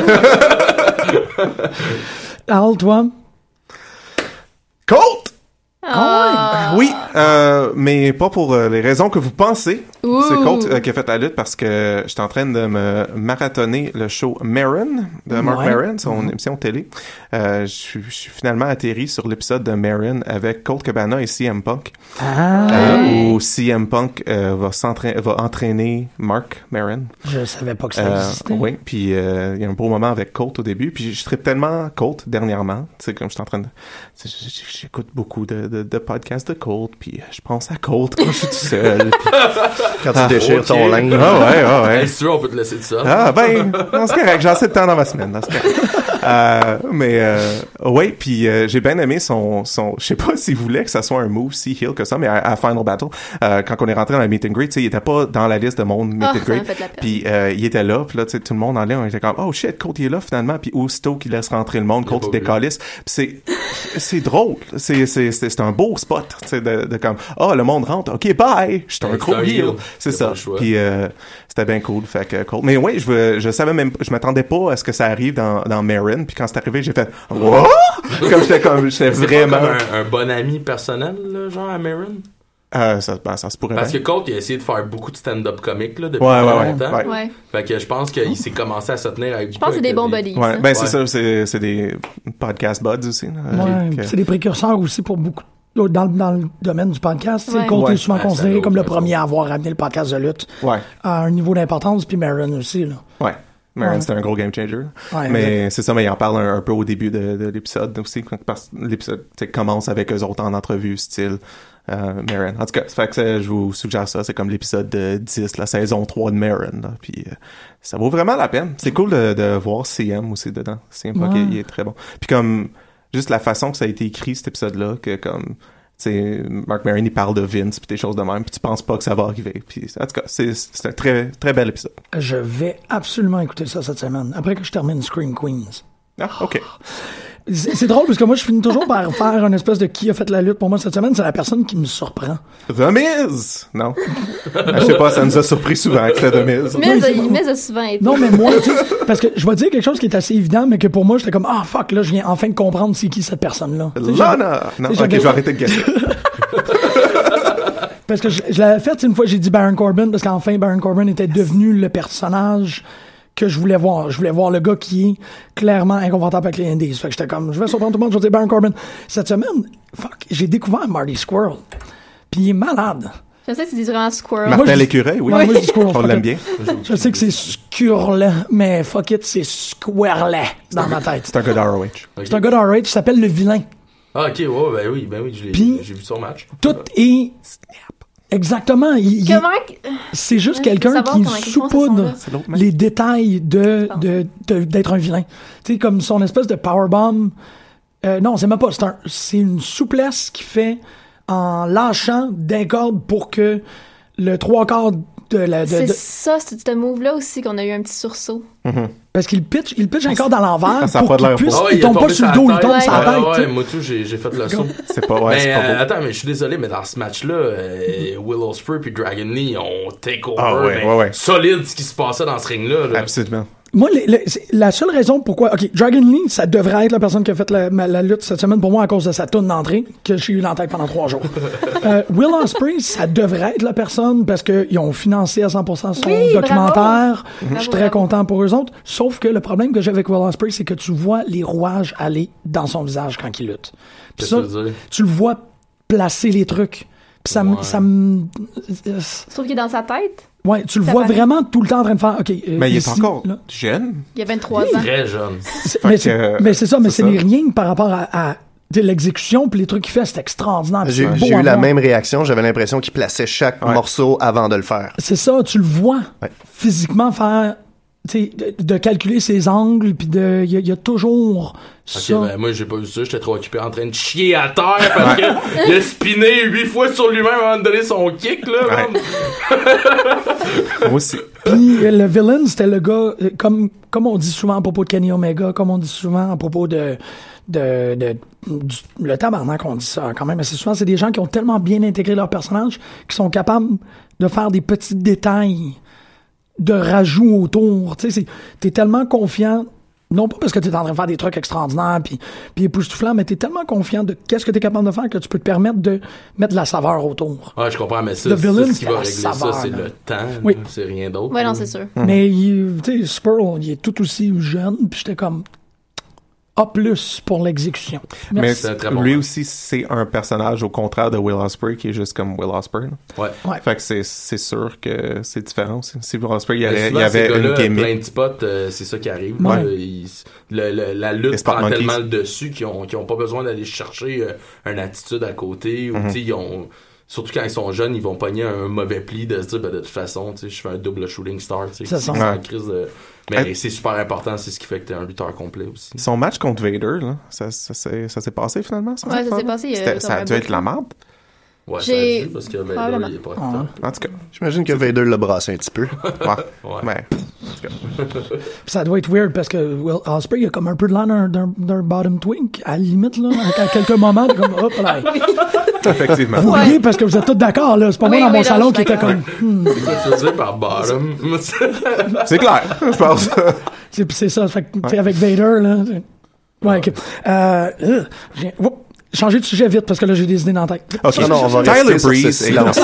Al, toi? Colt! Oui, mais pas pour les raisons que vous pensez. C'est Colt qui a fait la lutte parce que j'étais en train de me marathonner le show Maron de Mark Maron, son émission télé. Je suis finalement atterri sur l'épisode de Maron avec Colt Cabana et CM Punk. Où CM Punk va entraîner Mark Maron. Je savais pas que ça existait. Oui, puis il y a un beau moment avec Colt au début, puis je trippe tellement Colt dernièrement. Tu sais, comme je suis en train de... J'écoute beaucoup de podcasts de Colt, puis puis je pense à Colt quand je suis tout seul. Puis... Quand tu déchires ton linge. Ah ouais. Si tu veux, on peut te laisser de ça. Ah ben, non, c'est correct, j'ai assez de temps dans ma semaine. Non, c'est correct. Ouais, puis j'ai bien aimé son je sais pas s'il voulait que ça soit un move si heel que ça, mais à Final Battle, quand on est rentré dans la meet and greet, tu sais, il était pas dans la liste de monde meet and greet. Puis il était là, puis là, tu sais, tout le monde en l'air, on était comme, oh shit, Colt il est là finalement, puis aussitôt qu'il laisse rentrer le monde, Colt il décalisse. Puis c'est drôle, c'est un beau spot, tu sais, de comme, le monde rentre, ok bye, je suis un gros heel, c'est ça. Puis c'était bien cool, fait que Colt. Mais oui, je savais même, je m'attendais pas à ce que ça arrive dans Marin, puis quand c'est arrivé, j'ai fait, what? J'étais vraiment comme un bon ami personnel, là, genre à Marin. Ça se pourrait. Parce que Colt, il a essayé de faire beaucoup de stand-up comique là, depuis longtemps. Ouais. Fait que je pense qu'il s'est commencé à se tenir avec. Je pense que c'est des bons buddies. Ouais, ben c'est ça, c'est des podcast buds aussi. Là, c'est des précurseurs aussi pour beaucoup. Dans le domaine du podcast, Colt est souvent considéré comme le premier à avoir ramené le podcast de lutte à un niveau d'importance, puis Maron aussi. Là. Ouais. Maron, c'était un gros game changer. Ouais, mais c'est ça, mais il en parle un peu au début de l'épisode aussi, parce que l'épisode commence avec eux autres en entrevue, style Maron. En tout cas, fait que je vous suggère ça, c'est comme l'épisode 10, la saison 3 de Maron. Là, puis ça vaut vraiment la peine. C'est cool de voir CM aussi dedans. CM Punk, il est très bon. Puis comme, juste la façon que ça a été écrit, cet épisode-là, que comme... T'sais, Mark Maron, il parle de Vince pis des choses de même, puis tu penses pas que ça va arriver. Puis en tout cas, c'est un très très bel épisode. Je vais absolument écouter ça cette semaine, après que je termine Scream Queens. Ah, ok. C'est drôle parce que moi je finis toujours par faire une espèce de qui a fait la lutte pour moi cette semaine, c'est la personne qui me surprend. The Miz! Non. Je sais pas, ça nous a surpris souvent que c'était The Miz. Miz a souvent été. Non, mais moi, parce que je vais dire quelque chose qui est assez évident, mais que pour moi, j'étais comme, fuck, là, je viens enfin de comprendre c'est qui cette personne-là. Lana! Non, ok, je vais arrêter de guesser. Parce que je l'avais fait une fois, j'ai dit Baron Corbin, parce qu'enfin, Baron Corbin était devenu le personnage que je voulais voir. Je voulais voir le gars qui est clairement inconfortable avec les Indies. Fait que j'étais comme, je vais surprendre tout le monde, je vais dire Baron Corbin. Cette semaine, j'ai découvert Marty Squirrel. Puis il est malade. Je sais que tu dis vraiment Squirrel. Martin L'écureuil, oui. Moi, je dis Squirrel. On l'aime bien. Je sais que c'est Squirrel, mais fuck it, c'est Squirrel dans ma tête. C'est un gars d'ROH. Okay. C'est un gars d'ROH, il s'appelle Le Vilain. Ah, ok, ouais, ben oui, j'ai vu son match. Tout est... Exactement. C'est juste quelqu'un qui saupoudre les détails d'être un vilain. Tu sais, comme son espèce de powerbomb. Non, c'est même pas. C'est une souplesse qu'il fait en lâchant d'un corde pour que le 3/4 c'est ça, c'est ce move-là aussi qu'on a eu un petit sursaut. Mm-hmm. Parce qu'il pitch un corde à l'envers pour qu'il puisse, il tombe pas sur le dos, il tombe sur la tête. Ouais, moi tout, j'ai fait le saut. C'est pas, ouais, c'est pas beau. Attends, mais je suis désolé, mais dans ce match-là, Will Ospreay puis Dragon Lee ont take over. Ah, ouais. Solide ce qui se passait dans ce ring-là. Là. Absolument. Moi, la seule raison pourquoi... OK, Dragon Lee, ça devrait être la personne qui a fait la lutte cette semaine pour moi à cause de sa toune d'entrée que j'ai eu dans la tête pendant 3 jours. Will Ospreay, ça devrait être la personne parce qu'ils ont financé à 100% son documentaire. Je suis très content pour eux autres. Sauf que le problème que j'ai avec Will Ospreay, c'est que tu vois les rouages aller dans son visage quand il lutte. Puis ça, tu le vois placer les trucs. Puis ça me... Tu trouves qu'il est dans sa tête? Ouais, tu le vois vraiment tout le temps en train de faire. OK. Mais il est encore jeune. Il a 23 ans. Très jeune. Mais c'est ça, mais c'est rien par rapport à l'exécution puis les trucs qu'il fait, c'est extraordinaire. J'ai eu la même réaction. J'avais l'impression qu'il plaçait chaque morceau avant de le faire. C'est ça, tu le vois physiquement faire. De calculer ses angles, puis il y a toujours ça. Ok, ben moi j'ai pas vu ça, j'étais trop occupé en train de chier à terre parce que il a spiné 8 fois sur lui-même avant de donner son kick, là. Moi aussi. Puis le villain, c'était le gars, comme on dit souvent à propos de Kenny Omega, comme on dit souvent à propos le tabarnak, on dit ça quand même assez souvent, c'est des gens qui ont tellement bien intégré leur personnage qui sont capables de faire des petits détails de rajout autour. Tu sais, t'es tellement confiant, non pas parce que t'es en train de faire des trucs extraordinaires puis époustouflants, mais t'es tellement confiant de qu'est-ce que t'es capable de faire que tu peux te permettre de mettre de la saveur autour. Ouais, je comprends, mais ça, le villain, ce qui va régler saveur, ça, c'est le temps. Oui. C'est rien d'autre. Ouais, non, c'est sûr. Mais, tu sais, Squirrel, il est tout aussi jeune, puis j'étais comme... A+ pour l'exécution. Mais lui aussi, c'est un personnage au contraire de Will Ospreay qui est juste comme Will Ospreay. Ouais. Fait que c'est sûr que c'est différent aussi. Si Will Ospreay, il y avait une gimmick. Plein de spots, c'est ça qui arrive. Ouais. La lutte prend tellement le dessus qu'ils ont pas besoin d'aller chercher une attitude à côté. Ou ils ont... surtout quand ils sont jeunes, ils vont pogner un mauvais pli de se dire, de toute façon, tu sais, je fais un double shooting star, tu sais. C'est une crise de... Mais c'est super important, c'est ce qui fait que t'es un lutteur complet aussi. Son match contre Vader, là, ça s'est passé finalement? Ça s'est passé. Ça a dû être la merde. Ouais, ça a dû, parce que Vader, il est pas en tout cas, j'imagine que Vader l'a brassé un petit peu. Ouais. Ça doit être weird parce que Will Ospreay, il a comme un peu de l'air d'un bottom twink, à la limite, là, à quelques moments, comme, hop, là. Effectivement. Vous riez parce que vous êtes tous d'accord, là. C'est pas moi dans mon salon qui était comme. C'est quoi tu veux dire par bottom? C'est clair, je pense. C'est ça. Fait que, avec Vader, là. Ouais, ok. Changer de sujet vite parce que là, j'ai des idées dans la tête. Ok, non, on va rester sur ce silence.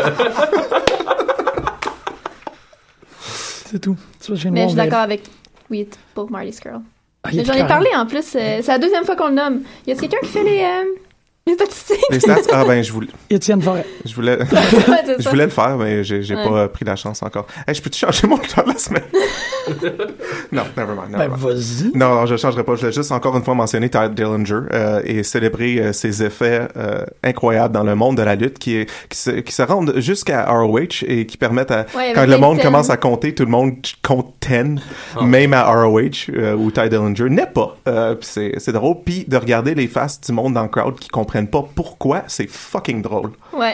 C'est tout. Mais je suis d'accord avec pour Marty Scurll. J'en ai parlé en plus. C'est la deuxième fois qu'on le nomme. Y a quelqu'un qui fait les statistiques? Les stats? Ah ben, je voulais... Étienne Forêt. Je voulais le faire, mais j'ai pas pris la chance encore. Hey, je peux-tu changer mon lutteur de la semaine? Non, nevermind. Ben, vas-y. Non, je changerai pas. Je voulais juste encore une fois mentionner Ty Dillinger et célébrer ses effets incroyables dans le monde de la lutte qui se rendent jusqu'à ROH et qui permettent quand le monde commence à compter, tout le monde compte 10, même à ROH où Ty Dillinger n'est pas. C'est drôle. Puis de regarder les faces du monde dans le crowd qui comprennent pas pourquoi, c'est fucking drôle. Ouais.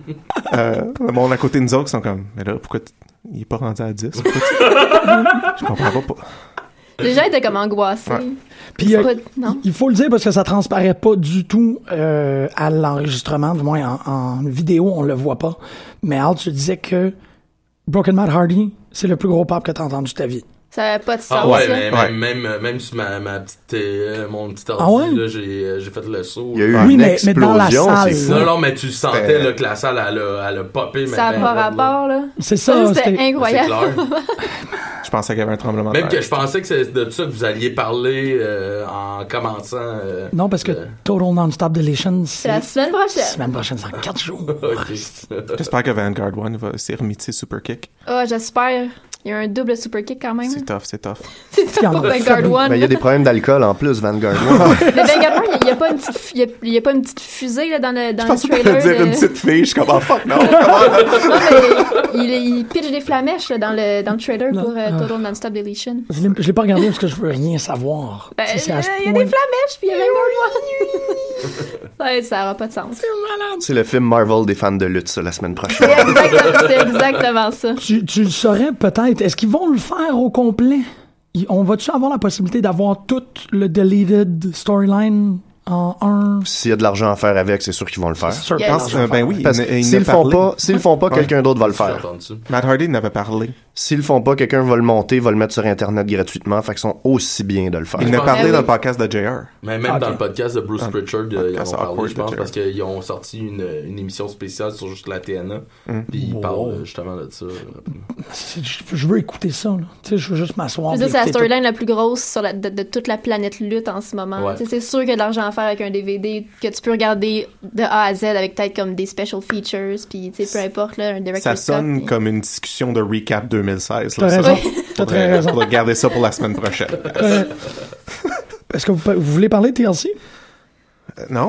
Le monde à côté de nous autres qui sont comme, mais là, pourquoi il est pas rendu à 10? Je comprends pas. Les gens étaient comme angoissés. Ouais. Puis il faut le dire parce que ça transparaît pas du tout à l'enregistrement, du moins en vidéo, on le voit pas. Mais Al, tu disais que Broken Matt Hardy, c'est le plus gros pop que t'as entendu de ta vie. Ça n'avait pas de sens. Ah ouais, mais même sur ma petite, mon petit ordi, là, j'ai fait le saut. Il y a eu une explosion. Mais dans la salle. Non, mais tu sentais là, que la salle, elle a popé. Ça n'a pas rapport, là. C'est ça. C'était incroyable. C'est clair. Je pensais qu'il y avait un tremblement de terre. Même que je pensais que c'est de ça que vous alliez parler en commençant. Non, parce que Total Non-Stop Deletion, c'est la semaine prochaine. La semaine prochaine, c'est en 4 jours. J'espère que Vanguard One va s'y remettre ses super kicks. j'espère. Il y a un double super kick quand même. C'est tough. C'est tough pour Vanguard One. Mais il y a des problèmes d'alcool en plus, Vanguard One. Mais Vanguard One, il n'y a pas une petite fusée là, dans le trailer. Je pensais dire une petite fille, je suis comme, fuck, non. Non, mais il pitch des flamèches là, dans le trailer pour Total Non-Stop Deletion. Je l'ai pas regardé parce que je veux rien savoir. Il y a des flamèches, puis il y a Vanguard One. Ça n'aura pas de sens. C'est le film Marvel des fans de lutte, ça, la semaine prochaine. C'est exactement ça. Tu le saurais peut-être. Est-ce qu'ils vont le faire au complet? On va-tu avoir la possibilité d'avoir tout le deleted storyline en un? S'il y a de l'argent à faire avec, c'est sûr qu'ils vont le faire. Ben oui. Parce que s'ils le font pas, quelqu'un d'autre va le faire. Matt Hardy n'avait parlé. S'ils le font pas, quelqu'un va le monter, va le mettre sur Internet gratuitement. Fait qu'ils sont aussi bien de le faire. Il en a parlé dans le podcast de JR. Mais même dans le podcast de Bruce Pritchard, ils en ont parlé, je pense, parce qu'ils ont sorti une émission spéciale sur juste la TNA. Puis ils parlent justement de ça. Je veux écouter ça. Là. Je veux juste m'asseoir. C'est la storyline la plus grosse de toute la planète lutte en ce moment. Ouais. C'est sûr qu'il y a de l'argent à faire avec un DVD que tu peux regarder de A à Z avec peut-être comme des special features. Puis peu importe, là, un director's Ça sonne cut, comme une discussion de recap 2016. T'as raison. T'as très raison. Faudrait garder ça pour la semaine prochaine. Est-ce que vous voulez parler de TLC? Non.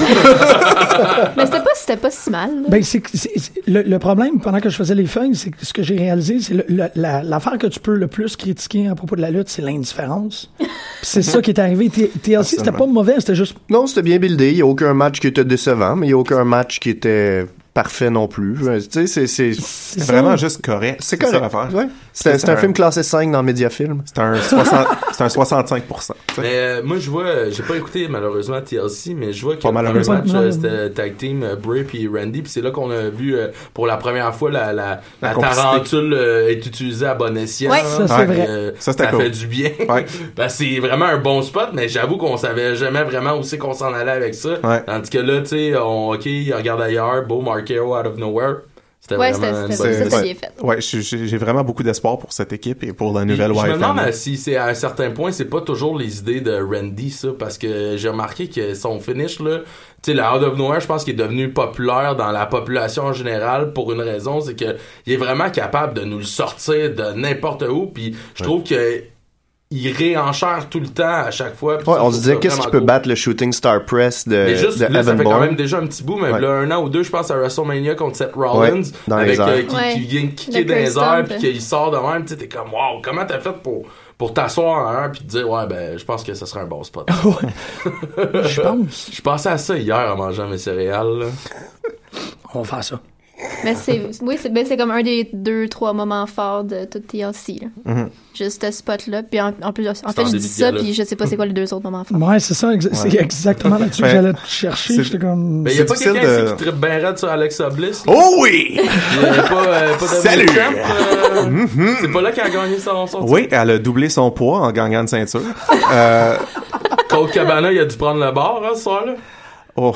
Mais c'était pas si mal. Ben, le problème, pendant que je faisais les feuilles, c'est que ce que j'ai réalisé, c'est l'affaire que tu peux le plus critiquer à propos de la lutte, c'est l'indifférence. C'est ça qui est arrivé. TLC, c'était pas mauvais, c'était juste... Non, c'était bien buildé. Il n'y a aucun match qui était décevant, mais il n'y a aucun match qui était parfait non plus. Tu sais, c'est vraiment juste correct. C'est correct. Ça l'affaire. Ouais. C'est un film classé 5 dans Mediafilm. C'est un 65%. Mais moi, je vois, j'ai pas écouté malheureusement TLC, mais je vois que le match, c'était tag team Bray puis Randy, puis c'est là qu'on a vu pour la première fois la tarentule est utilisée à bon escient. Ouais, ça c'est vrai. Ça fait du bien. Ouais. Ben, c'est vraiment un bon spot, mais j'avoue qu'on savait jamais vraiment où c'est qu'on s'en allait avec ça. Ouais. Tandis que là, tu sais, il regarde ailleurs, beau Marquero out of nowhere. C'était vraiment c'était bien fait. Ouais, j'ai vraiment beaucoup d'espoir pour cette équipe et pour la nouvelle Wyatt Family. Je me demande si c'est à un certain point, c'est pas toujours les idées de Randy, ça, parce que j'ai remarqué que son finish, là, tu sais, le Out of Nowhere, je pense qu'il est devenu populaire dans la population en général pour une raison, c'est que il est vraiment capable de nous le sortir de n'importe où, puis je trouve que il réenchère tout le temps à chaque fois. Ouais, on se disait qu'est-ce qui peut battre le Shooting Star Press de mais juste, de là, ça Evan fait Bourne. quand même déjà un petit bout, mais là, 1 an ou 2, je pense à WrestleMania contre Seth Rollins, dans avec les qui vient kicker dans les airs, puis qu'il sort de même, tu sais, t'es comme, wow, comment t'as fait pour t'asseoir en arrière puis te dire, ouais, ben, je pense que ce serait un bon spot. Je pense. Je pensais à ça hier en mangeant mes céréales, là. On va faire ça. Mais c'est comme un des 2-3 moments forts de tout TLC. Là. Mm-hmm. Juste ce spot-là. Puis en plus, en fait, je dis ça, puis je sais pas c'est quoi les 2 autres moments forts. Ouais, c'est ça. C'est exactement là-dessus que j'allais te chercher. J'étais comme... Mais y a pas quelqu'un ici qui trippe bien raide sur Alexa Bliss? Là? Oh oui! Y a pas Salut! C'est pas là qu'elle a gagné son Oui, elle a doublé son poids en gagnant une ceinture. Colt Cabana, il a dû prendre le bord, hein, ce soir-là. Oh,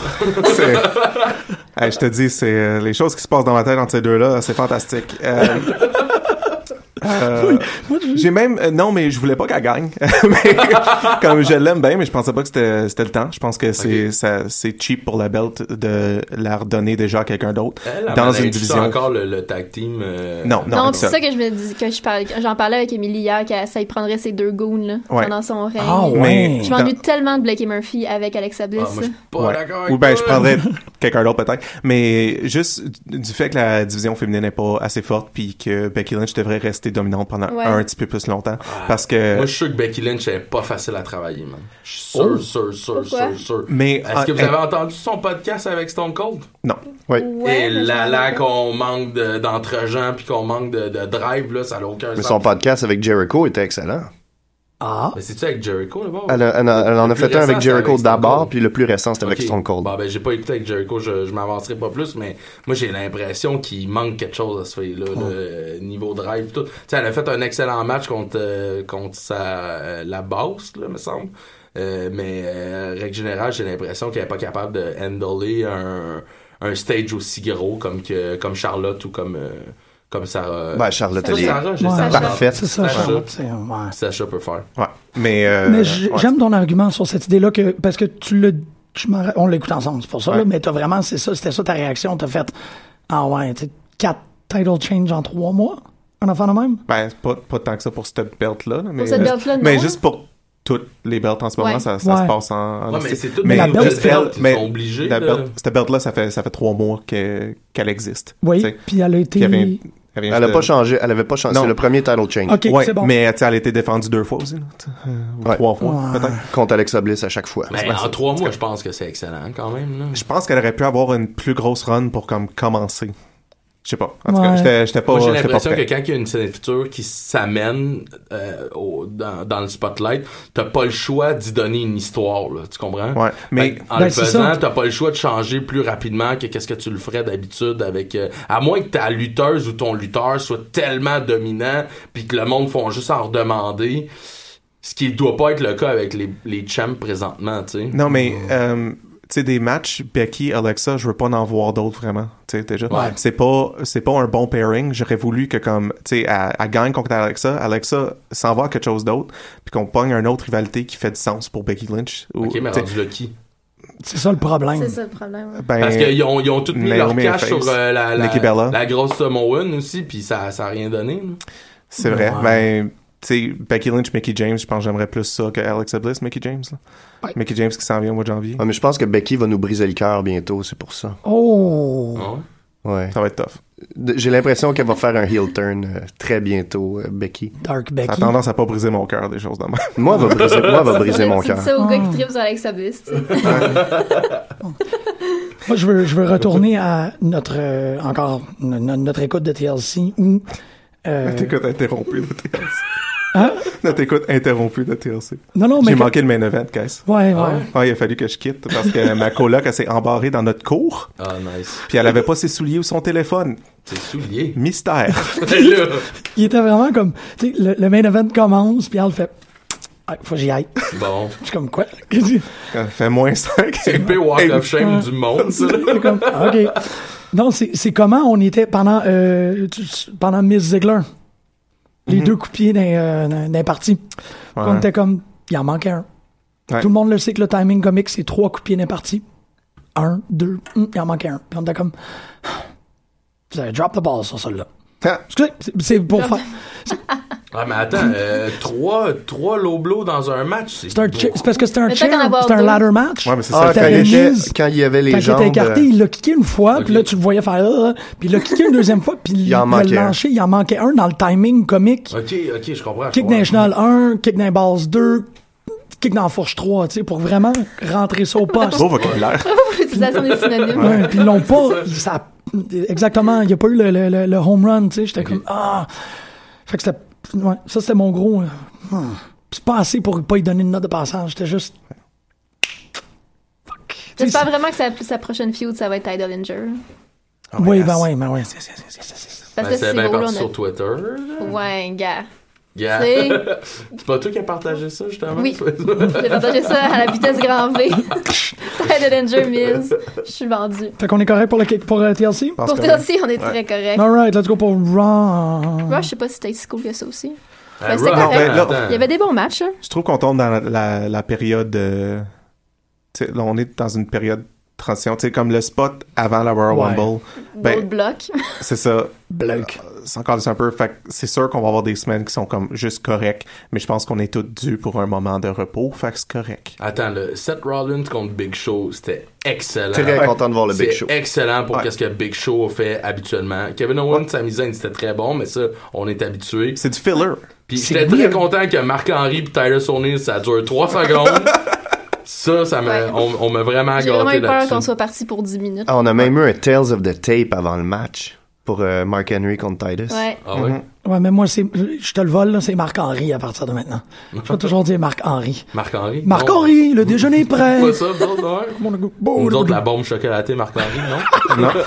je te dis, c'est les choses qui se passent dans ma tête entre ces deux-là, c'est fantastique. J'ai même non, mais je voulais pas qu'elle gagne. Mais, comme je l'aime bien, mais je pensais pas que c'était le temps. Je pense que c'est cheap pour la belt de la redonner déjà à quelqu'un d'autre dans une division. Encore le tag team. Non, c'est ça que je me dis j'en parlais avec Emily hier que ça y prendrait ces 2 goons là pendant son règne. Ah ouais. Je m'ennuie tellement de Blake et Murphy avec Alexa Bliss. Moi, je suis pas d'accord. Ou ben je prendrais quelqu'un d'autre peut-être, mais juste du fait que la division féminine n'est pas assez forte puis que Becky Lynch devrait rester dominante pendant un petit peu plus longtemps parce que moi je suis sûr que Becky Lynch est pas facile à travailler, man. Je suis sûr. Mais est-ce que vous avez entendu son podcast avec Stone Cold? Non. Oui. Et là qu'on manque d'entre-gens puis qu'on manque de drive là, ça n'a aucun sens. Mais son podcast avec Jericho était excellent. Ah. Mais c'est-tu avec Jericho là-bas? Elle en a fait un avec Jericho d'abord, puis le plus récent c'était avec Stone Cold. Bon, ben j'ai pas écouté avec Jericho, je m'avancerai pas plus, mais moi j'ai l'impression qu'il manque quelque chose à ce fait-là, le niveau drive tout. Tu sais, elle a fait un excellent match contre la Boss, là, me semble. Mais règle générale, j'ai l'impression qu'elle est pas capable de handler un stage aussi gros comme Charlotte ou comme Sarah. Ben, Charlotte, elle est parfaite. C'est ça, Charlotte. Sacha peut faire. Ouais. Mais j'aime ton argument sur cette idée-là parce que on l'écoute ensemble, c'est pour ça, là, mais c'était ça ta réaction, t'as fait, ah ouais, 4 title change en 3 mois, un enfant de même? Ben, pas tant que ça pour cette belt-là, mais, pour cette belt-là, non. Mais juste pour toutes les belts en ce moment, ça se passe en mais c'est toutes mais les la belt, ils sont obligés. Cette belt-là, ça fait 3 mois qu'elle existe. Oui, puis elle a été... Elle avait pas changé. C'est le premier title change. OK, c'est bon. Mais elle a été défendue 2 fois aussi. Ou 3 fois, peut-être. Contre Alexa Bliss à chaque fois. Mais en 3 mois, je pense que c'est excellent quand même. Là. Je pense qu'elle aurait pu avoir une plus grosse run pour commencer. Je sais pas. En tout cas, j'étais pas. Moi, j'ai l'impression que quand il y a une ceinture qui s'amène dans le spotlight, t'as pas le choix d'y donner une histoire, là, tu comprends? Ouais. Mais en le faisant, t'as pas le choix de changer plus rapidement que qu'est-ce que tu le ferais d'habitude avec. À moins que ta lutteuse ou ton lutteur soit tellement dominant, puis que le monde font juste en redemander. Ce qui doit pas être le cas avec les champs présentement, tu sais. Non, mais. Tu sais, des matchs Becky, Alexa, je veux pas en voir d'autres vraiment, tu sais, déjà. Ouais. C'est pas un bon pairing. J'aurais voulu que comme, tu sais, elle gagne contre Alexa s'en va à quelque chose d'autre, puis qu'on pogne une autre rivalité qui fait du sens pour Becky Lynch. Ok, mais rendu là qui? C'est ça le problème. C'est ça le problème. Ouais. Ben, parce qu'ils ont tout mis leur cash sur la grosse Samoan aussi, puis ça a rien donné. Là. C'est vrai. Ben, tu sais, Becky Lynch, Mickie James, je pense que j'aimerais plus ça que Alexa Bliss, Mickie James. Là. Ouais. Mickie James qui s'en vient au mois de janvier. Ouais, mais je pense que Becky va nous briser le cœur bientôt, c'est pour ça. Oh! Ouais. Ça va être tough. J'ai l'impression qu'elle va faire un heel turn très bientôt, Becky. Dark Becky. Ça a tendance à pas briser mon cœur, des choses de même. Moi, elle va briser mon cœur. C'est ça au gars qui tripe sur Alexa Bliss. Moi, je veux retourner à notre écoute de TLC où... Notre écoute interrompue de TLC. Hein? Notre écoute interrompue de TLC. Non, mais... J'ai manqué le main event, guys. Ouais. Ah, il a fallu que je quitte parce que ma coloc, elle s'est embarrée dans notre cour. Ah, nice. Puis elle avait pas ses souliers ou son téléphone. Ses souliers? Mystère. Il était vraiment comme... Tu sais, le main event commence, puis elle fait... Ah, faut que j'y aille. Bon. Je suis comme, quoi? Ça fait moins 5. C'est le pire walk of shame du monde, ça. C'est comme, OK. Non, c'est comment on était pendant Miss Ziegler. Les 2 coups de pied d'un parti. Ouais. On était comme, il en manquait un. Ouais. Tout le monde le sait que le timing comique, c'est 3 coups de pied d'un parti. 1, 2, il en manquait un. Puis on était comme, vous avez drop the ball sur celle-là. Excusez, c'est pour faire... Ah, mais attends, 3 low blows dans un match, c'est parce que c'était un chair, c'était un ladder match. Ouais, mais c'est ça. Quand il y avait les jambes... Quand il était écarté, il l'a kické une fois, puis là, tu le voyais faire... puis il l'a kické une deuxième fois, puis il a lâché. Il en manquait un dans le timing comique. OK, je comprends. Kick National 1, kick dans Balls 2, kick dans Fourche 3, tu sais, pour vraiment rentrer ça au poste. Beau vocabulaire. L'utilisation des synonymes. Ouais, puis ils l'ont pas... Exactement, il n'y a pas eu le home run, tu sais. J'étais comme... Fait que c'était... Ouais, ça, c'était mon gros... C'est pas assez pour pas y donner une note de passage. J'étais juste... Fuck. J'espère vraiment que sa prochaine feud, ça va être Ty Dillinger. Oui, ben oui. Parce que c'est bien parti sur Twitter. Ouais, gars. Yeah. C'est pas toi qui as partagé ça, justement? Oui. J'ai partagé ça à la vitesse grand V. Ty Dillinger, Miz. Je suis vendu. Fait qu'on est correct pour TLC? Pour TLC, on est très correct. Alright, let's go pour Raw. Raw, je sais pas si c'était si cool que ça aussi. C'était correct. Il y avait des bons matchs. Hein? Je trouve qu'on tombe dans la période... là, on est dans une période transition, tu sais, comme le spot avant la Royal Rumble. Bloc. C'est ça. Bloc. C'est encore un peu. Fait que c'est sûr qu'on va avoir des semaines qui sont comme juste correctes, mais je pense qu'on est tous dus pour un moment de repos, fait que c'est correct. Attends, le Seth Rollins contre Big Show, c'était excellent. Très content de voir le Big Show. C'est excellent pour ce que Big Show fait habituellement. Kevin Owens, sa mise en c'était très bon, mais ça, on est habitué. C'est du filler. Puis j'étais très content que Marc-Henry et Titus O'Neil, ça dure 3 secondes. Ça on m'a vraiment gâté là-dessus. J'ai vraiment eu peur qu'on soit parti pour 10 minutes. On a même eu un Tales of the Tape avant le match pour Mark Henry contre Titus. Ouais. Ah ouais? Ouais, mais moi, je te le vole, là, c'est Marc-Henry à partir de maintenant. Je vais toujours dire Marc-Henry. Marc-Henry? Marc-Henry, le déjeuner est prêt. Pas ça, nous autres, la bombe chocolatée Marc-Henry, non? Non.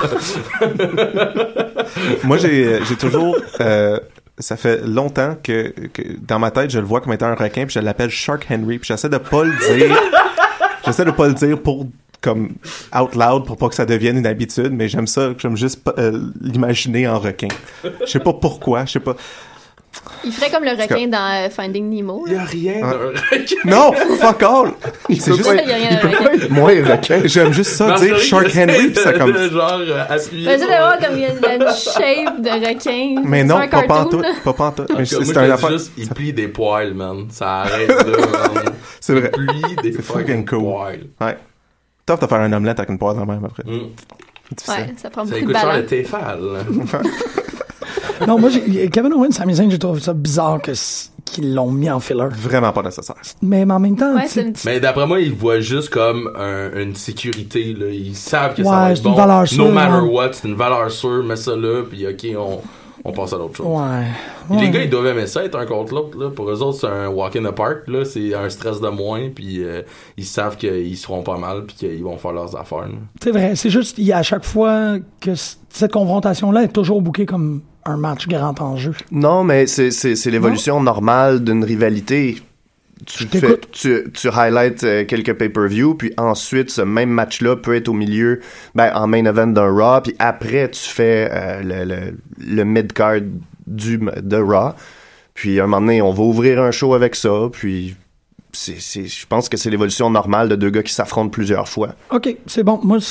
Moi, j'ai toujours... ça fait longtemps que dans ma tête, je le vois comme étant un requin, puis je l'appelle Shark Henry, puis j'essaie de pas le dire. J'essaie de pas le dire pour comme out loud pour pas que ça devienne une habitude, mais j'aime juste l'imaginer en requin. Je sais pas pourquoi, je sais pas. Il ferait comme le requin dans Finding Nemo. Il y a rien d'un requin. Non, fuck all. C'est juste moi requin. J'aime juste ça dire Shark Henry pis ça comme genre appuyé. Imagine d'avoir comme il y a une shape de requin. Mais non, pas pantoute. Mais c'est un affaire. Juste il plie des poils, man. Ça arrête là, man. C'est vrai. Il plie des fucking cool. Poils. Ouais. Tough de faire un omelette avec une poêle dans la même après. Ouais, ça prend beaucoup de balance. Ça balance. coûte cher le Tefal. Non, moi, Kevin Owens, Sami Zayn, j'ai trouvé ça bizarre qu'ils l'ont mis en filler. Vraiment pas nécessaire. Mais en même temps... Mais d'après moi, ils voient juste comme une sécurité. Là. Ils savent que ça va être bon. Une valeur sûre, no matter what, c'est une valeur sûre. Mets ça là, puis OK, on passe à l'autre chose. Puis les gars, ils doivent aimer ça, être un contre l'autre. Là. Pour eux autres, c'est un walk in the park. Là. C'est un stress de moins, puis ils savent qu'ils seront pas mal, puis qu'ils vont faire leurs affaires. Là. C'est vrai. C'est juste, à chaque fois que cette confrontation-là est toujours bookée comme un match grand enjeu. Non, mais c'est l'évolution normale d'une rivalité. Tu highlights quelques pay-per-view, puis ensuite, ce même match-là peut être au milieu, en main event d'un Raw, puis après, tu fais le mid-card de Raw. Puis, un moment donné, on va ouvrir un show avec ça, puis je pense que c'est l'évolution normale de deux gars qui s'affrontent plusieurs fois. OK, c'est bon. Moi,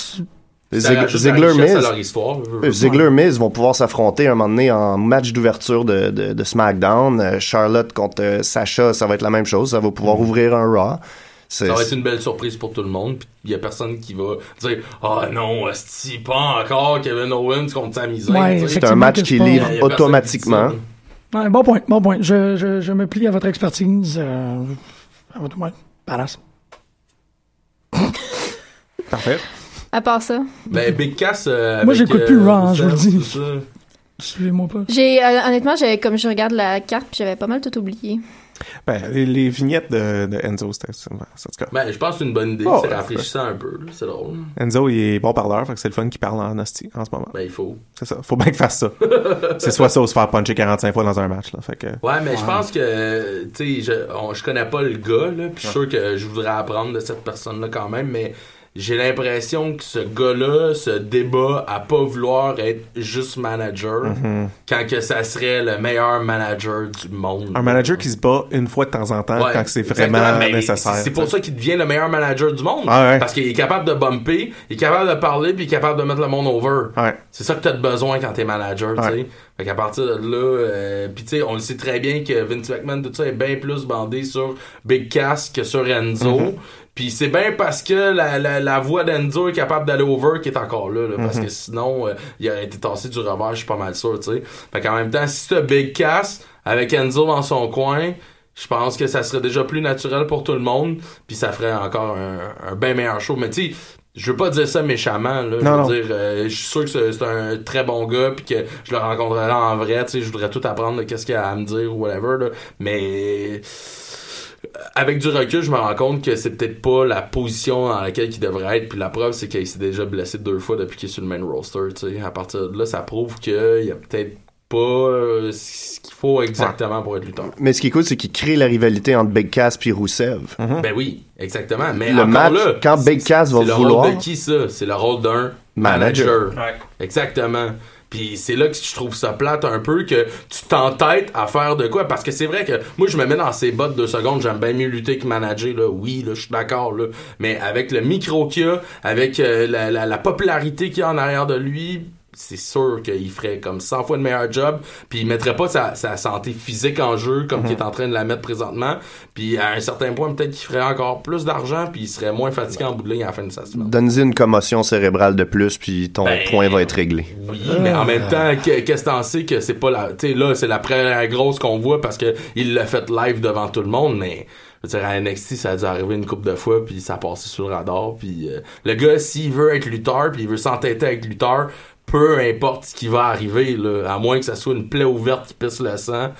Ziggler-Miz vont pouvoir s'affronter un moment donné en match d'ouverture de SmackDown. Charlotte contre Sasha, ça va être la même chose. Ça va pouvoir ouvrir un Raw. Ça va être une belle surprise pour tout le monde. Il y a personne qui va dire « Ah non, asti, pas encore Kevin Owens contre Sami Zayn. Ouais, » C'est un match qui livre automatiquement. Ouais, bon point. Je me plie à votre expertise. Badass. Parfait. À part ça. Big Cass. Moi, j'écoute plus Raw, je vous le dis. Suivez-moi pas. Honnêtement, comme je regarde la carte, puis j'avais pas mal tout oublié. Les vignettes de Enzo, c'était ça. Je pense que c'est une bonne idée. C'est rafraîchissant un peu. Là, c'est drôle. Enzo, il est bon parleur, fait que c'est le fun qu'il parle en hostie en ce moment. Il faut. C'est ça. Faut bien qu'il fasse ça. C'est soit ça ou se faire puncher 45 fois dans un match. Là, fait que... Ouais, mais je pense que, tu sais, je connais pas le gars, là, puis je suis sûr que je voudrais apprendre de cette personne-là quand même, mais j'ai l'impression que ce gars-là se débat à pas vouloir être juste manager quand que ça serait le meilleur manager du monde. Un manager qui se bat une fois de temps en temps quand c'est vraiment nécessaire. C'est pour ça qu'il devient le meilleur manager du monde. Parce qu'il est capable de bumper, il est capable de parler, puis il est capable de mettre le monde over. C'est ça que t'as besoin quand t'es manager, tu sais. Fait qu'à partir de là, pis tu sais, on le sait très bien que Vince McMahon, tout ça, est bien plus bandé sur Big Cass que sur Enzo. Puis c'est bien parce que la voix d'Enzo est capable d'aller over qui est encore là, parce que sinon, il aurait été tassé du revers, je suis pas mal sûr, tu sais. Fait qu'en même temps, si t'as Big Cass avec Enzo dans son coin, je pense que ça serait déjà plus naturel pour tout le monde, puis ça ferait encore un bien meilleur show. Mais tu sais, je veux pas dire ça méchamment, là. Je veux dire, je suis sûr que c'est un très bon gars, puis que je le rencontrerai en vrai, tu sais, je voudrais tout apprendre de qu'est-ce qu'il a à me dire ou whatever, là. Mais avec du recul, je me rends compte que c'est peut-être pas la position dans laquelle il devrait être, puis la preuve, c'est qu'il s'est déjà blessé 2 fois depuis qu'il est sur le main roster, tu sais. À partir de là, ça prouve qu'il y a peut-être pas ce qu'il faut exactement pour être lutteur. Mais ce qui est cool, c'est qu'il crée la rivalité entre Big Cass puis Rusev. Ben oui, exactement. Mais le match, là, quand Big Cass va vouloir... C'est le rôle de qui, ça? C'est le rôle d'un manager. Ouais. Exactement. Puis c'est là que je trouve ça plate un peu, que tu t'entêtes à faire de quoi, parce que c'est vrai que moi je me mets dans ses bottes 2 secondes, j'aime bien mieux lutter que manager, là. Oui, là, je suis d'accord, là. Mais avec le micro qu'il y a, avec la popularité qu'il y a en arrière de lui, c'est sûr qu'il ferait comme 100 fois le meilleur job, puis il mettrait pas sa santé physique en jeu comme qu'il est en train de la mettre présentement, puis à un certain point peut-être qu'il ferait encore plus d'argent, puis il serait moins fatigué en bout de ligne à la fin de sa semaine. Donne-y une commotion cérébrale de plus, puis ton point va être réglé. Oui, mais en même temps, qu'est-ce que t'en sais que c'est pas la... Tu sais, là, c'est la première grosse qu'on voit parce que il l'a fait live devant tout le monde, mais... Je veux dire, à NXT, ça a dû arriver une couple de fois, puis ça a passé sur le radar, puis le gars, s'il veut être lutteur, puis il veut s'entêter avec lutteur, peu importe ce qui va arriver, là, à moins que ça soit une plaie ouverte qui pisse le sang,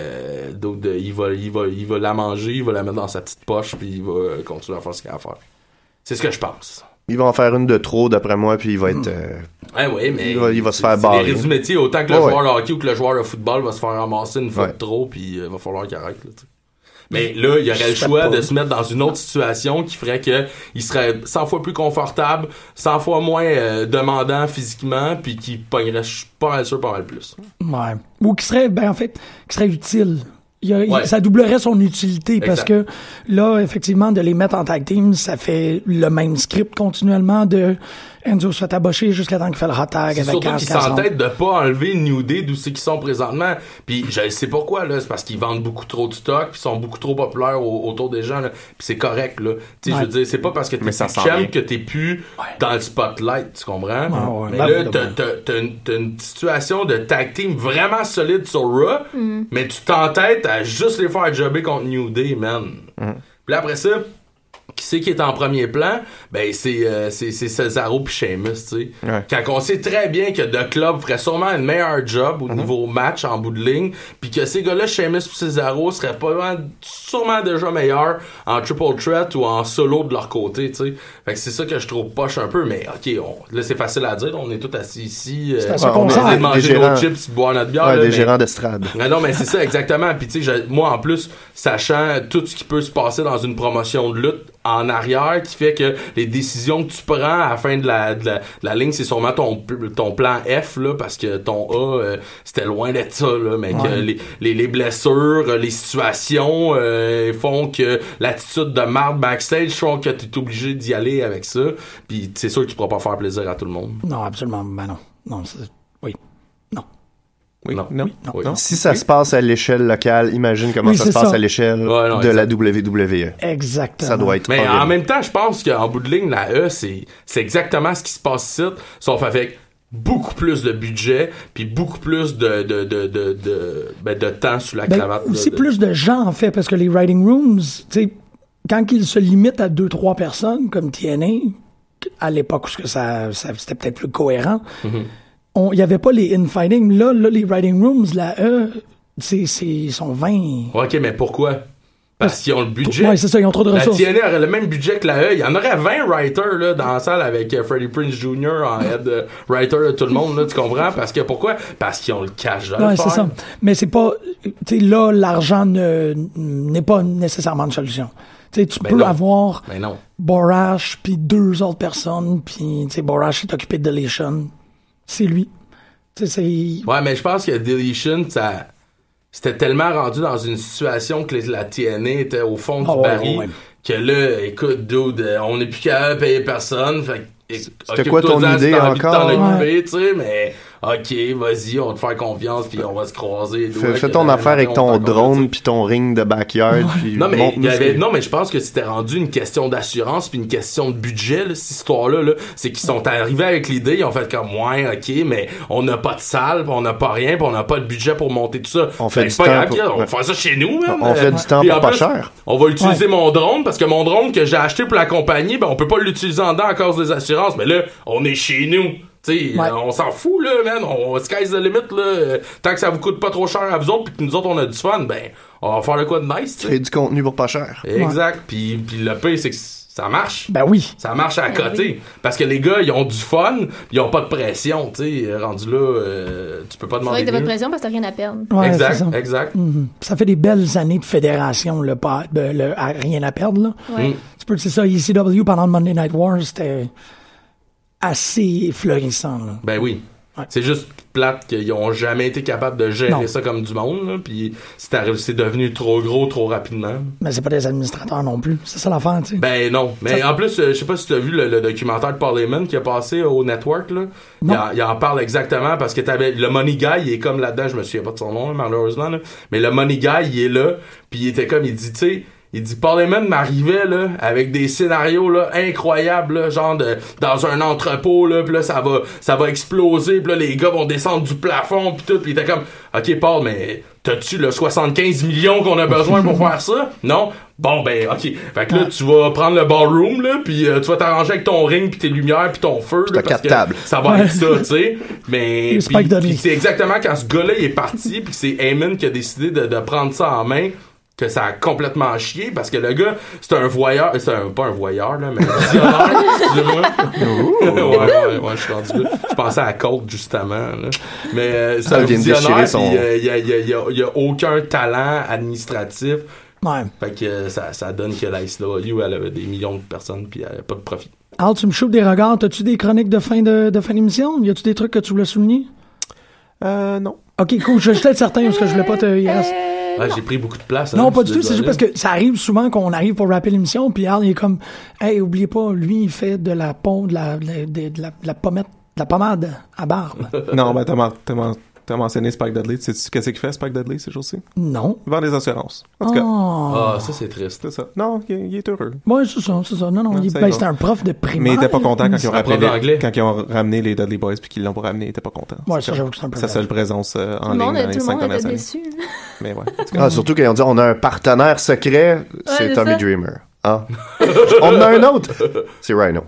donc il va la manger, il va la mettre dans sa petite poche, puis il va continuer à faire ce qu'il a à faire. C'est ce que je pense. Il va en faire une de trop, d'après moi, puis il va être... oui, mais il va se faire barrer. C'est les du métier, autant que le joueur de hockey ou que le joueur de football va se faire ramasser une fois de trop, puis il va falloir qu'il arrête, là, tu sais. Mais là, il y aurait le choix de se mettre dans une autre situation qui ferait que il serait 100 fois plus confortable, 100 fois moins demandant physiquement, puis qui pognerait pas mal sûr, pas mal plus. Ouais. Ou qui serait, qui serait utile. Ça doublerait son utilité, parce que là, effectivement, de les mettre en tag team, ça fait le même script continuellement de Enzo se fait tabocher jusqu'à temps qu'il fait le hot tag. C'est avec surtout qu'ils s'entêtent de pas enlever New Day d'où c'est qu'ils sont présentement. Puis je sais pourquoi, là, c'est parce qu'ils vendent beaucoup trop de stock, puis sont beaucoup trop populaires autour des gens, là. Puis c'est correct, là. Tu sais, je veux dire, c'est pas parce que t'es champ que t'es plus dans le spotlight, tu comprends? Mais là, t'as une situation de tag team vraiment solide sur Raw, mais tu t'entêtes à juste les faire jobber contre New Day, man. Puis après ça, qui c'est qui est en premier plan? Ben, c'est Cesaro pis Sheamus, tu sais. Ouais. Quand on sait très bien que The Club ferait sûrement un meilleur job au niveau match en bout de ligne, pis que ces gars-là, Sheamus pis Cesaro, seraient sûrement déjà meilleurs en triple threat ou en solo de leur côté, tu sais. Fait que c'est ça que je trouve poche un peu, mais ok, là, c'est facile à dire, on est tous assis ici, on est de manger nos chips, boire notre bière. Ouais, là, des gérants d'estrade. Non, mais c'est ça, exactement. Pis tu sais, moi, en plus, sachant tout ce qui peut se passer dans une promotion de lutte, en arrière, qui fait que les décisions que tu prends à la fin de la ligne, c'est sûrement ton plan F, là, parce que ton A, c'était loin d'être ça, là, mais que les blessures, les situations font que l'attitude de marde backstage font que tu es obligé d'y aller avec ça, puis c'est sûr que tu pourras pas faire plaisir à tout le monde. Non, absolument, non. Non, oui. Non. Oui, non. Oui. Si ça se passe à l'échelle locale, imagine comment ça se passe à l'échelle de la WWE. Exactement. Ça doit être mais en même temps, je pense qu'en bout de ligne, la E, c'est exactement ce qui se passe ici, sauf avec beaucoup plus de budget puis beaucoup plus de temps sous la cravate. Aussi plus de gens, en fait, parce que les writing rooms, tu sais, quand ils se limitent à 2-3 personnes, comme TNA, à l'époque où c'était peut-être plus cohérent, il n'y avait pas les infighting. Là, les writing rooms, la E, ils sont 20. OK, mais pourquoi? Parce qu'ils ont le budget. Oui, c'est ça, ils ont trop de ressources. La TNA aurait le même budget que la E. Il y en aurait 20 writers là, dans la salle avec Freddie Prinze Jr. en head writer de tout le monde, là, tu comprends? Parce que pourquoi? Parce qu'ils ont le cash de le faire. C'est ça. Mais c'est pas... Tu sais, là, l'argent n'est pas nécessairement une solution. Tu sais, tu peux avoir Borash puis 2 autres personnes, puis tu sais, Borash est occupé de Deletion. C'est lui. Ouais, mais je pense que Deletion, c'était tellement rendu dans une situation que la TNA était au fond du baril que là, écoute, dude, on n'est plus capable de payer personne. Fait c'était quoi ton idée encore? Tu sais, mais OK, vas-y, on va te faire confiance, puis on va se croiser. Fais ton affaire avec ton drone, puis ton ring de backyard, puis non, mais je pense que c'était rendu une question d'assurance, puis une question de budget, là, cette histoire-là. Là. C'est qu'ils sont arrivés avec l'idée, ils ont fait comme, ouais, OK, mais on n'a pas de salle, pis on n'a pas rien, puis on n'a pas de budget pour monter tout ça. On fait du temps on va faire ça chez nous, man. On fait du temps pour pas cher. On va utiliser mon drone, parce que mon drone que j'ai acheté pour la compagnie, ben, on peut pas l'utiliser en dedans à cause des assurances, mais là, on est chez nous. T'sais, on s'en fout, là, man. On sky's the limit, là. Tant que ça vous coûte pas trop cher à vous autres, puis que nous autres, on a du fun, ben, on va faire le quoi de nice, t'sais. Créer du contenu pour pas cher. Exact. Puis le pire, c'est que ça marche. Ben oui. Ça marche à côté. Oui. Parce que les gars, ils ont du fun, ils ont pas de pression, tu sais. Rendu là, tu peux pas demander. C'est vrai que t'as pas de pression parce que t'as rien à perdre. Ouais, exact. Mm-hmm. Ça fait des belles années de fédération, rien à perdre, là. Ouais. C'est ça, ECW pendant le Monday Night Wars, c'était assez florissant, là. Ben oui. Ouais. C'est juste plate qu'ils ont jamais été capables de gérer ça comme du monde, là, puis c'est devenu trop gros trop rapidement. Mais c'est pas des administrateurs non plus, c'est ça l'affaire, tu sais. Ben non, mais en plus, je sais pas si tu as vu le documentaire de Paul Heyman qui a passé au Network, là. Il en parle exactement parce que t'avais le Money Guy, il est comme là-dedans, je me souviens pas de son nom, malheureusement, là, mais le Money Guy, il est là, puis il était comme, il dit, tu sais, il dit Paul Heyman m'arrivait là avec des scénarios là incroyables là, genre dans un entrepôt là, puis là ça va exploser, puis là les gars vont descendre du plafond puis tout, puis il était comme OK Paul, mais t'as-tu le 75 millions qu'on a besoin pour faire ça? Non? Bon ben OK. Fait que là tu vas prendre le ballroom là, puis tu vas t'arranger avec ton ring puis tes lumières puis ton feu là, parce que ça va être ça, tu sais. Mais puis c'est exactement quand ce gars-là il est parti, puis c'est Heyman qui a décidé de prendre ça en main, que ça a complètement chié, parce que le gars, c'est un voyeur, pas un voyeur, là, mais un visionnaire, excusez-moi. Ouais, je suis rendu là. Je pensais à Colt, justement, là. Mais c'est un visionnaire, il y a aucun talent administratif. Ouais. Fait que ça donne que la ICW, elle a des millions de personnes, puis elle a pas de profit. Al, tu me chauffes des regards. T'as-tu des chroniques de fin d'émission? Y a-tu des trucs que tu voulais souligner? Non. OK, cool. Je suis peut-être certain, parce que je voulais pas te... J'ai pris beaucoup de place. Non, pas du tout. C'est juste parce que ça arrive souvent qu'on arrive pour rapper l'émission, puis Al, il est comme, hey, oubliez pas, lui, il fait de la pommade à barbe. Non, ben, t'as mentionné Spike Dudley. Sais-tu qu'est-ce qu'il fait, Spike Dudley, ces jours-ci? Non. Il vend des assurances. En tout cas. Ah, ça, c'est triste. C'est ça. Non, il est heureux. Ouais, c'est ça. Non, c'était un prof de primaire. Mais il était pas content quand ils ont ramené les Dudley Boys puis qu'ils l'ont pas ramené, il était pas content. Ouais, ça, j'avoue que c'est un peu. Sa seule présence en ligne dans les 5 dernières années. Déçu. Mais ouais. Surtout quand ils ont dit on a un partenaire secret, c'est Tommy Dreamer. Ah. On en a un autre. C'est Rhino.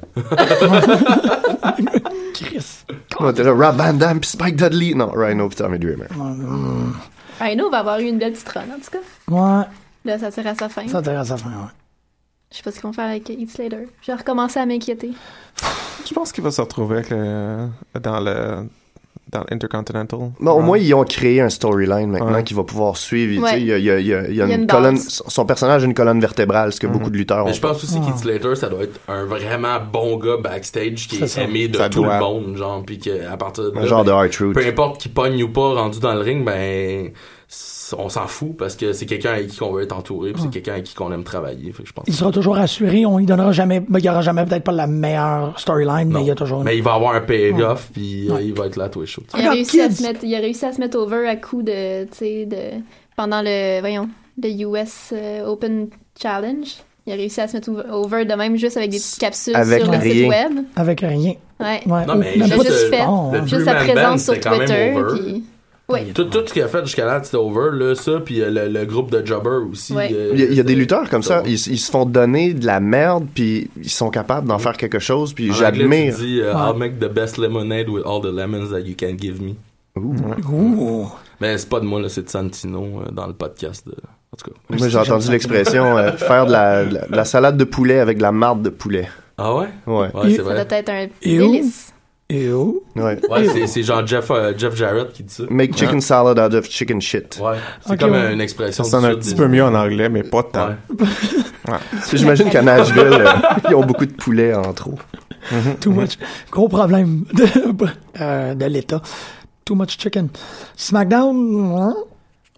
Chris. Rob Van Dam puis Spike Dudley. Non, Rhino puis Tommy Dreamer. Rhino va avoir eu une belle petite run, en tout cas. Ouais. Là, ça tire à sa fin. Ouais. Je sais pas ce qu'ils vont faire avec Heath Slater. J'ai recommencé à m'inquiéter. Je pense qu'il va se retrouver avec dans l'Intercontinental. Bon, au moins, ils ont créé un storyline maintenant qu'il va pouvoir suivre. Ouais. Il y a une colonne. Son personnage a une colonne vertébrale, ce que beaucoup de lutteurs ont. Mais je pense aussi qu'Heath Slater, ça doit être un vraiment bon gars backstage qui est aimé de tout le monde, genre, puis qu'à partir de un genre de R-Truth. Peu importe qui pogne ou pas rendu dans le ring, ben on s'en fout parce que c'est quelqu'un avec qui on veut être entouré, puis c'est quelqu'un avec qui on aime travailler. Fait que je pense. Il sera toujours assuré, il donnera jamais, il y aura jamais peut-être pas la meilleure storyline, mais il y a toujours. Mais il va avoir un payoff, puis il va être là tous les shows. Il a réussi à se mettre over à coup de, pendant le US Open Challenge. Il a réussi à se mettre over de même juste avec des petites capsules sur le site web. Avec rien. Ouais. Non, mais il a juste fait juste sa présence sur Twitter. Oui. Tout ce qu'il a fait jusqu'à là, c'était over, là, ça, puis le groupe de jobbers aussi. Ouais. Il y a des lutteurs comme ça, ils se font donner de la merde, puis ils sont capables d'en faire quelque chose, puis j'admire. Tu dis, I'll make the best lemonade with all the lemons that you can give me. Ouh. Mais c'est pas de moi, là, c'est de Santino dans le podcast. En tout cas. Moi, j'ai entendu l'expression faire de la salade de poulet avec de la marde de poulet. Ah ouais? Ouais. Ouais, c'est vrai. Ça doit être un délice. Ouais, c'est genre Jeff Jarrett qui dit ça. Make chicken salad out of chicken shit. Ouais, c'est comme une expression. Ça sonne un petit peu mieux en anglais, mais pas tant. Ouais. J'imagine qu'à Nashville, ils ont beaucoup de poulet en trop. Too much. Gros problème de l'État. Too much chicken. SmackDown,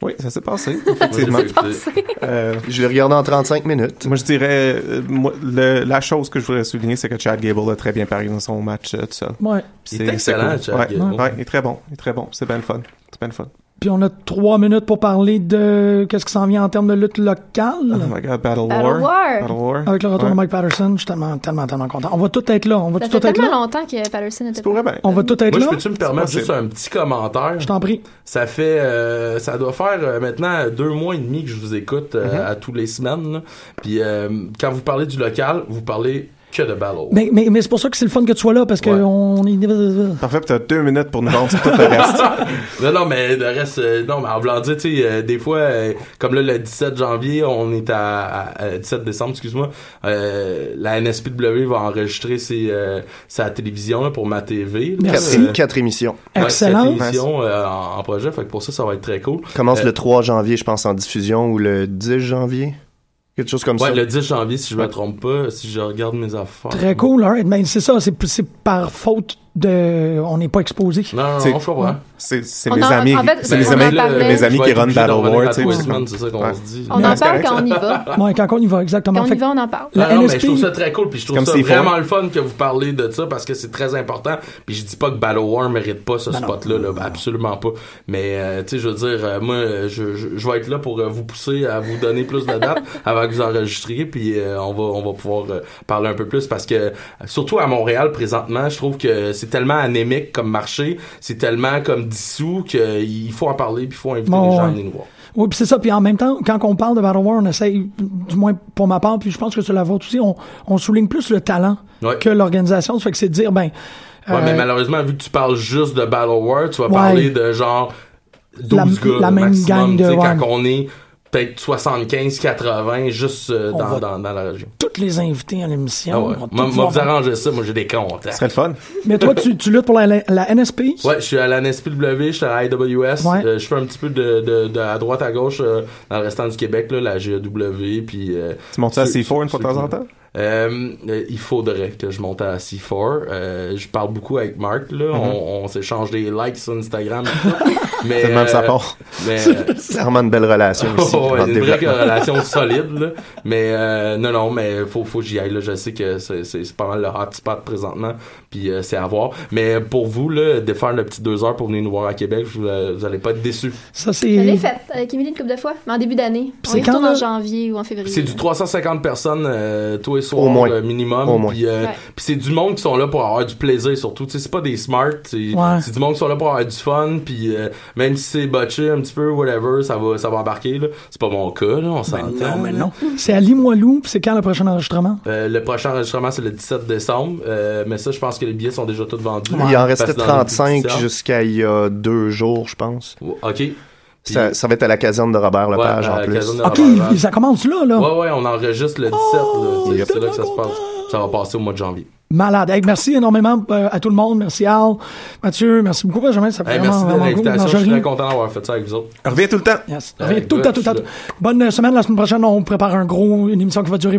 Oui, ça s'est passé, effectivement. Je l'ai regardé en 35 minutes. Moi, je dirais, la chose que je voudrais souligner, c'est que Chad Gable a très bien paru dans son match tout seul. Ouais. Il est excellent, Chad Gable. Ouais, il est très bon. C'est bien le fun. Puis on a 3 minutes pour parler de qu'est-ce qui s'en vient en termes de lutte locale. Oh my God, Battle War. Avec le retour de Mike Patterson, je suis tellement content. On va tout être là. Ça fait tellement longtemps que Patterson était pas. On va tout être là. Moi, peux-tu me permettre juste un petit commentaire? Je t'en prie. Ça fait, ça doit faire maintenant 2 mois et demi que je vous écoute à tous les semaines. Là. Puis quand vous parlez du local, vous parlez que de Battle War. Mais c'est pour ça que c'est le fun que tu sois là, parce que on est... Parfait, puis t'as 2 minutes pour nous vendre tout le reste. Non, mais le reste, non, mais en voulant dire, tu sais, des fois, comme là, le 17 janvier, on est à 17 décembre, excuse-moi, la NSPW va enregistrer sa télévision là, pour ma TV. 4 émissions. Excellent. 4 émissions en projet, fait que pour ça va être très cool. Commence le 3 janvier, je pense, en diffusion, ou le 10 janvier. Quelque chose comme ça. Ouais, le 10 janvier, si je me trompe pas, si je regarde mes affaires. Très cool, alright. Mais c'est ça, c'est par faute de... On n'est pas exposé. Non, je comprends. C'est mes amis, en fait, mes amis qui run Battle War, tu sais. C'est ça qu'on se dit. On en parle quand on y va. Ouais, quand on y va, exactement. Quand on y va, on en parle. Non, mais je trouve ça très cool, puis je trouve ça vraiment le fun que vous parlez de ça, parce que c'est très important. Puis je dis pas que Battle War mérite pas ce spot-là, absolument pas. Mais, tu sais, je veux dire, moi, je vais être là pour vous pousser à vous donner plus de dates avant que vous enregistriez, puis on va pouvoir parler un peu plus, parce que, surtout à Montréal, présentement, je trouve que c'est tellement anémique comme marché, c'est tellement comme dissous qu'il faut en parler, puis il faut inviter les gens à venir nous voir. Oui, puis c'est ça. Puis en même temps, quand on parle de Battle War, on essaye, du moins pour ma part, puis je pense que c'est la vôtre aussi, on souligne plus le talent que l'organisation. Ça fait que c'est de dire, mais malheureusement, vu que tu parles juste de Battle War, tu vas parler de genre 12 gars la même maximum, gang de quand on est peut-être 75-80 juste dans la région. Toutes les invités à l'émission. Moi, vous arrangez ça, moi j'ai des comptes. Ce serait le fun. Mais toi, tu luttes pour la NSP? Ouais, je suis à la NSPW, je suis à la IWS. Ouais. Je fais un petit peu de à droite à gauche dans le restant du Québec, là, la GAW. Puis, tu montes ça à C4 une fois de temps en temps? Il faudrait que je monte à C4. Je parle beaucoup avec Marc, là. On s'échange des likes sur Instagram. Mais, c'est le même ça part. C'est vraiment une belle relation ici. Une vraie relation solide, là. Mais non, mais faut que j'y aille, là. Je sais que c'est pas mal le hotspot présentement. Puis c'est à voir. Mais pour vous, là, de faire le petit 2 heures pour venir nous voir à Québec, vous allez pas être déçus. Ça, c'est... Je l'ai fait avec Émilie une couple de fois, mais en début d'année. On y retourne en janvier ou en février. C'est du 350 personnes, tous les soirs minimum. Puis c'est du monde qui sont là pour avoir du plaisir, surtout. Tu sais, c'est pas des smart. C'est du monde qui sont là pour avoir du fun. Puis même si c'est botché un petit peu, whatever, ça va embarquer. Là. C'est pas mon cas, là, on s'entend. Mais non. C'est à Limoilou, puis c'est quand le prochain enregistrement? Le prochain enregistrement, c'est le 17 décembre. Mais ça, je pense que les billets sont déjà tous vendus. Il en restait 35 jusqu'à il y a 2 jours, je pense. OK. Ça va être à la caserne de Robert Lepage en plus. OK, ça commence là. Ouais, on enregistre le 17. C'est là que ça se passe. Ça va passer au mois de janvier. Malade. Hey, merci énormément à tout le monde. Merci Al, Mathieu. Merci beaucoup, Benjamin. Ça fait merci vraiment de l'invitation. cool. Je suis très content d'avoir fait ça avec vous autres. Reviens tout le temps. Yes. Reviens tout le temps. Bonne semaine. La semaine prochaine, on prépare une émission qui va durer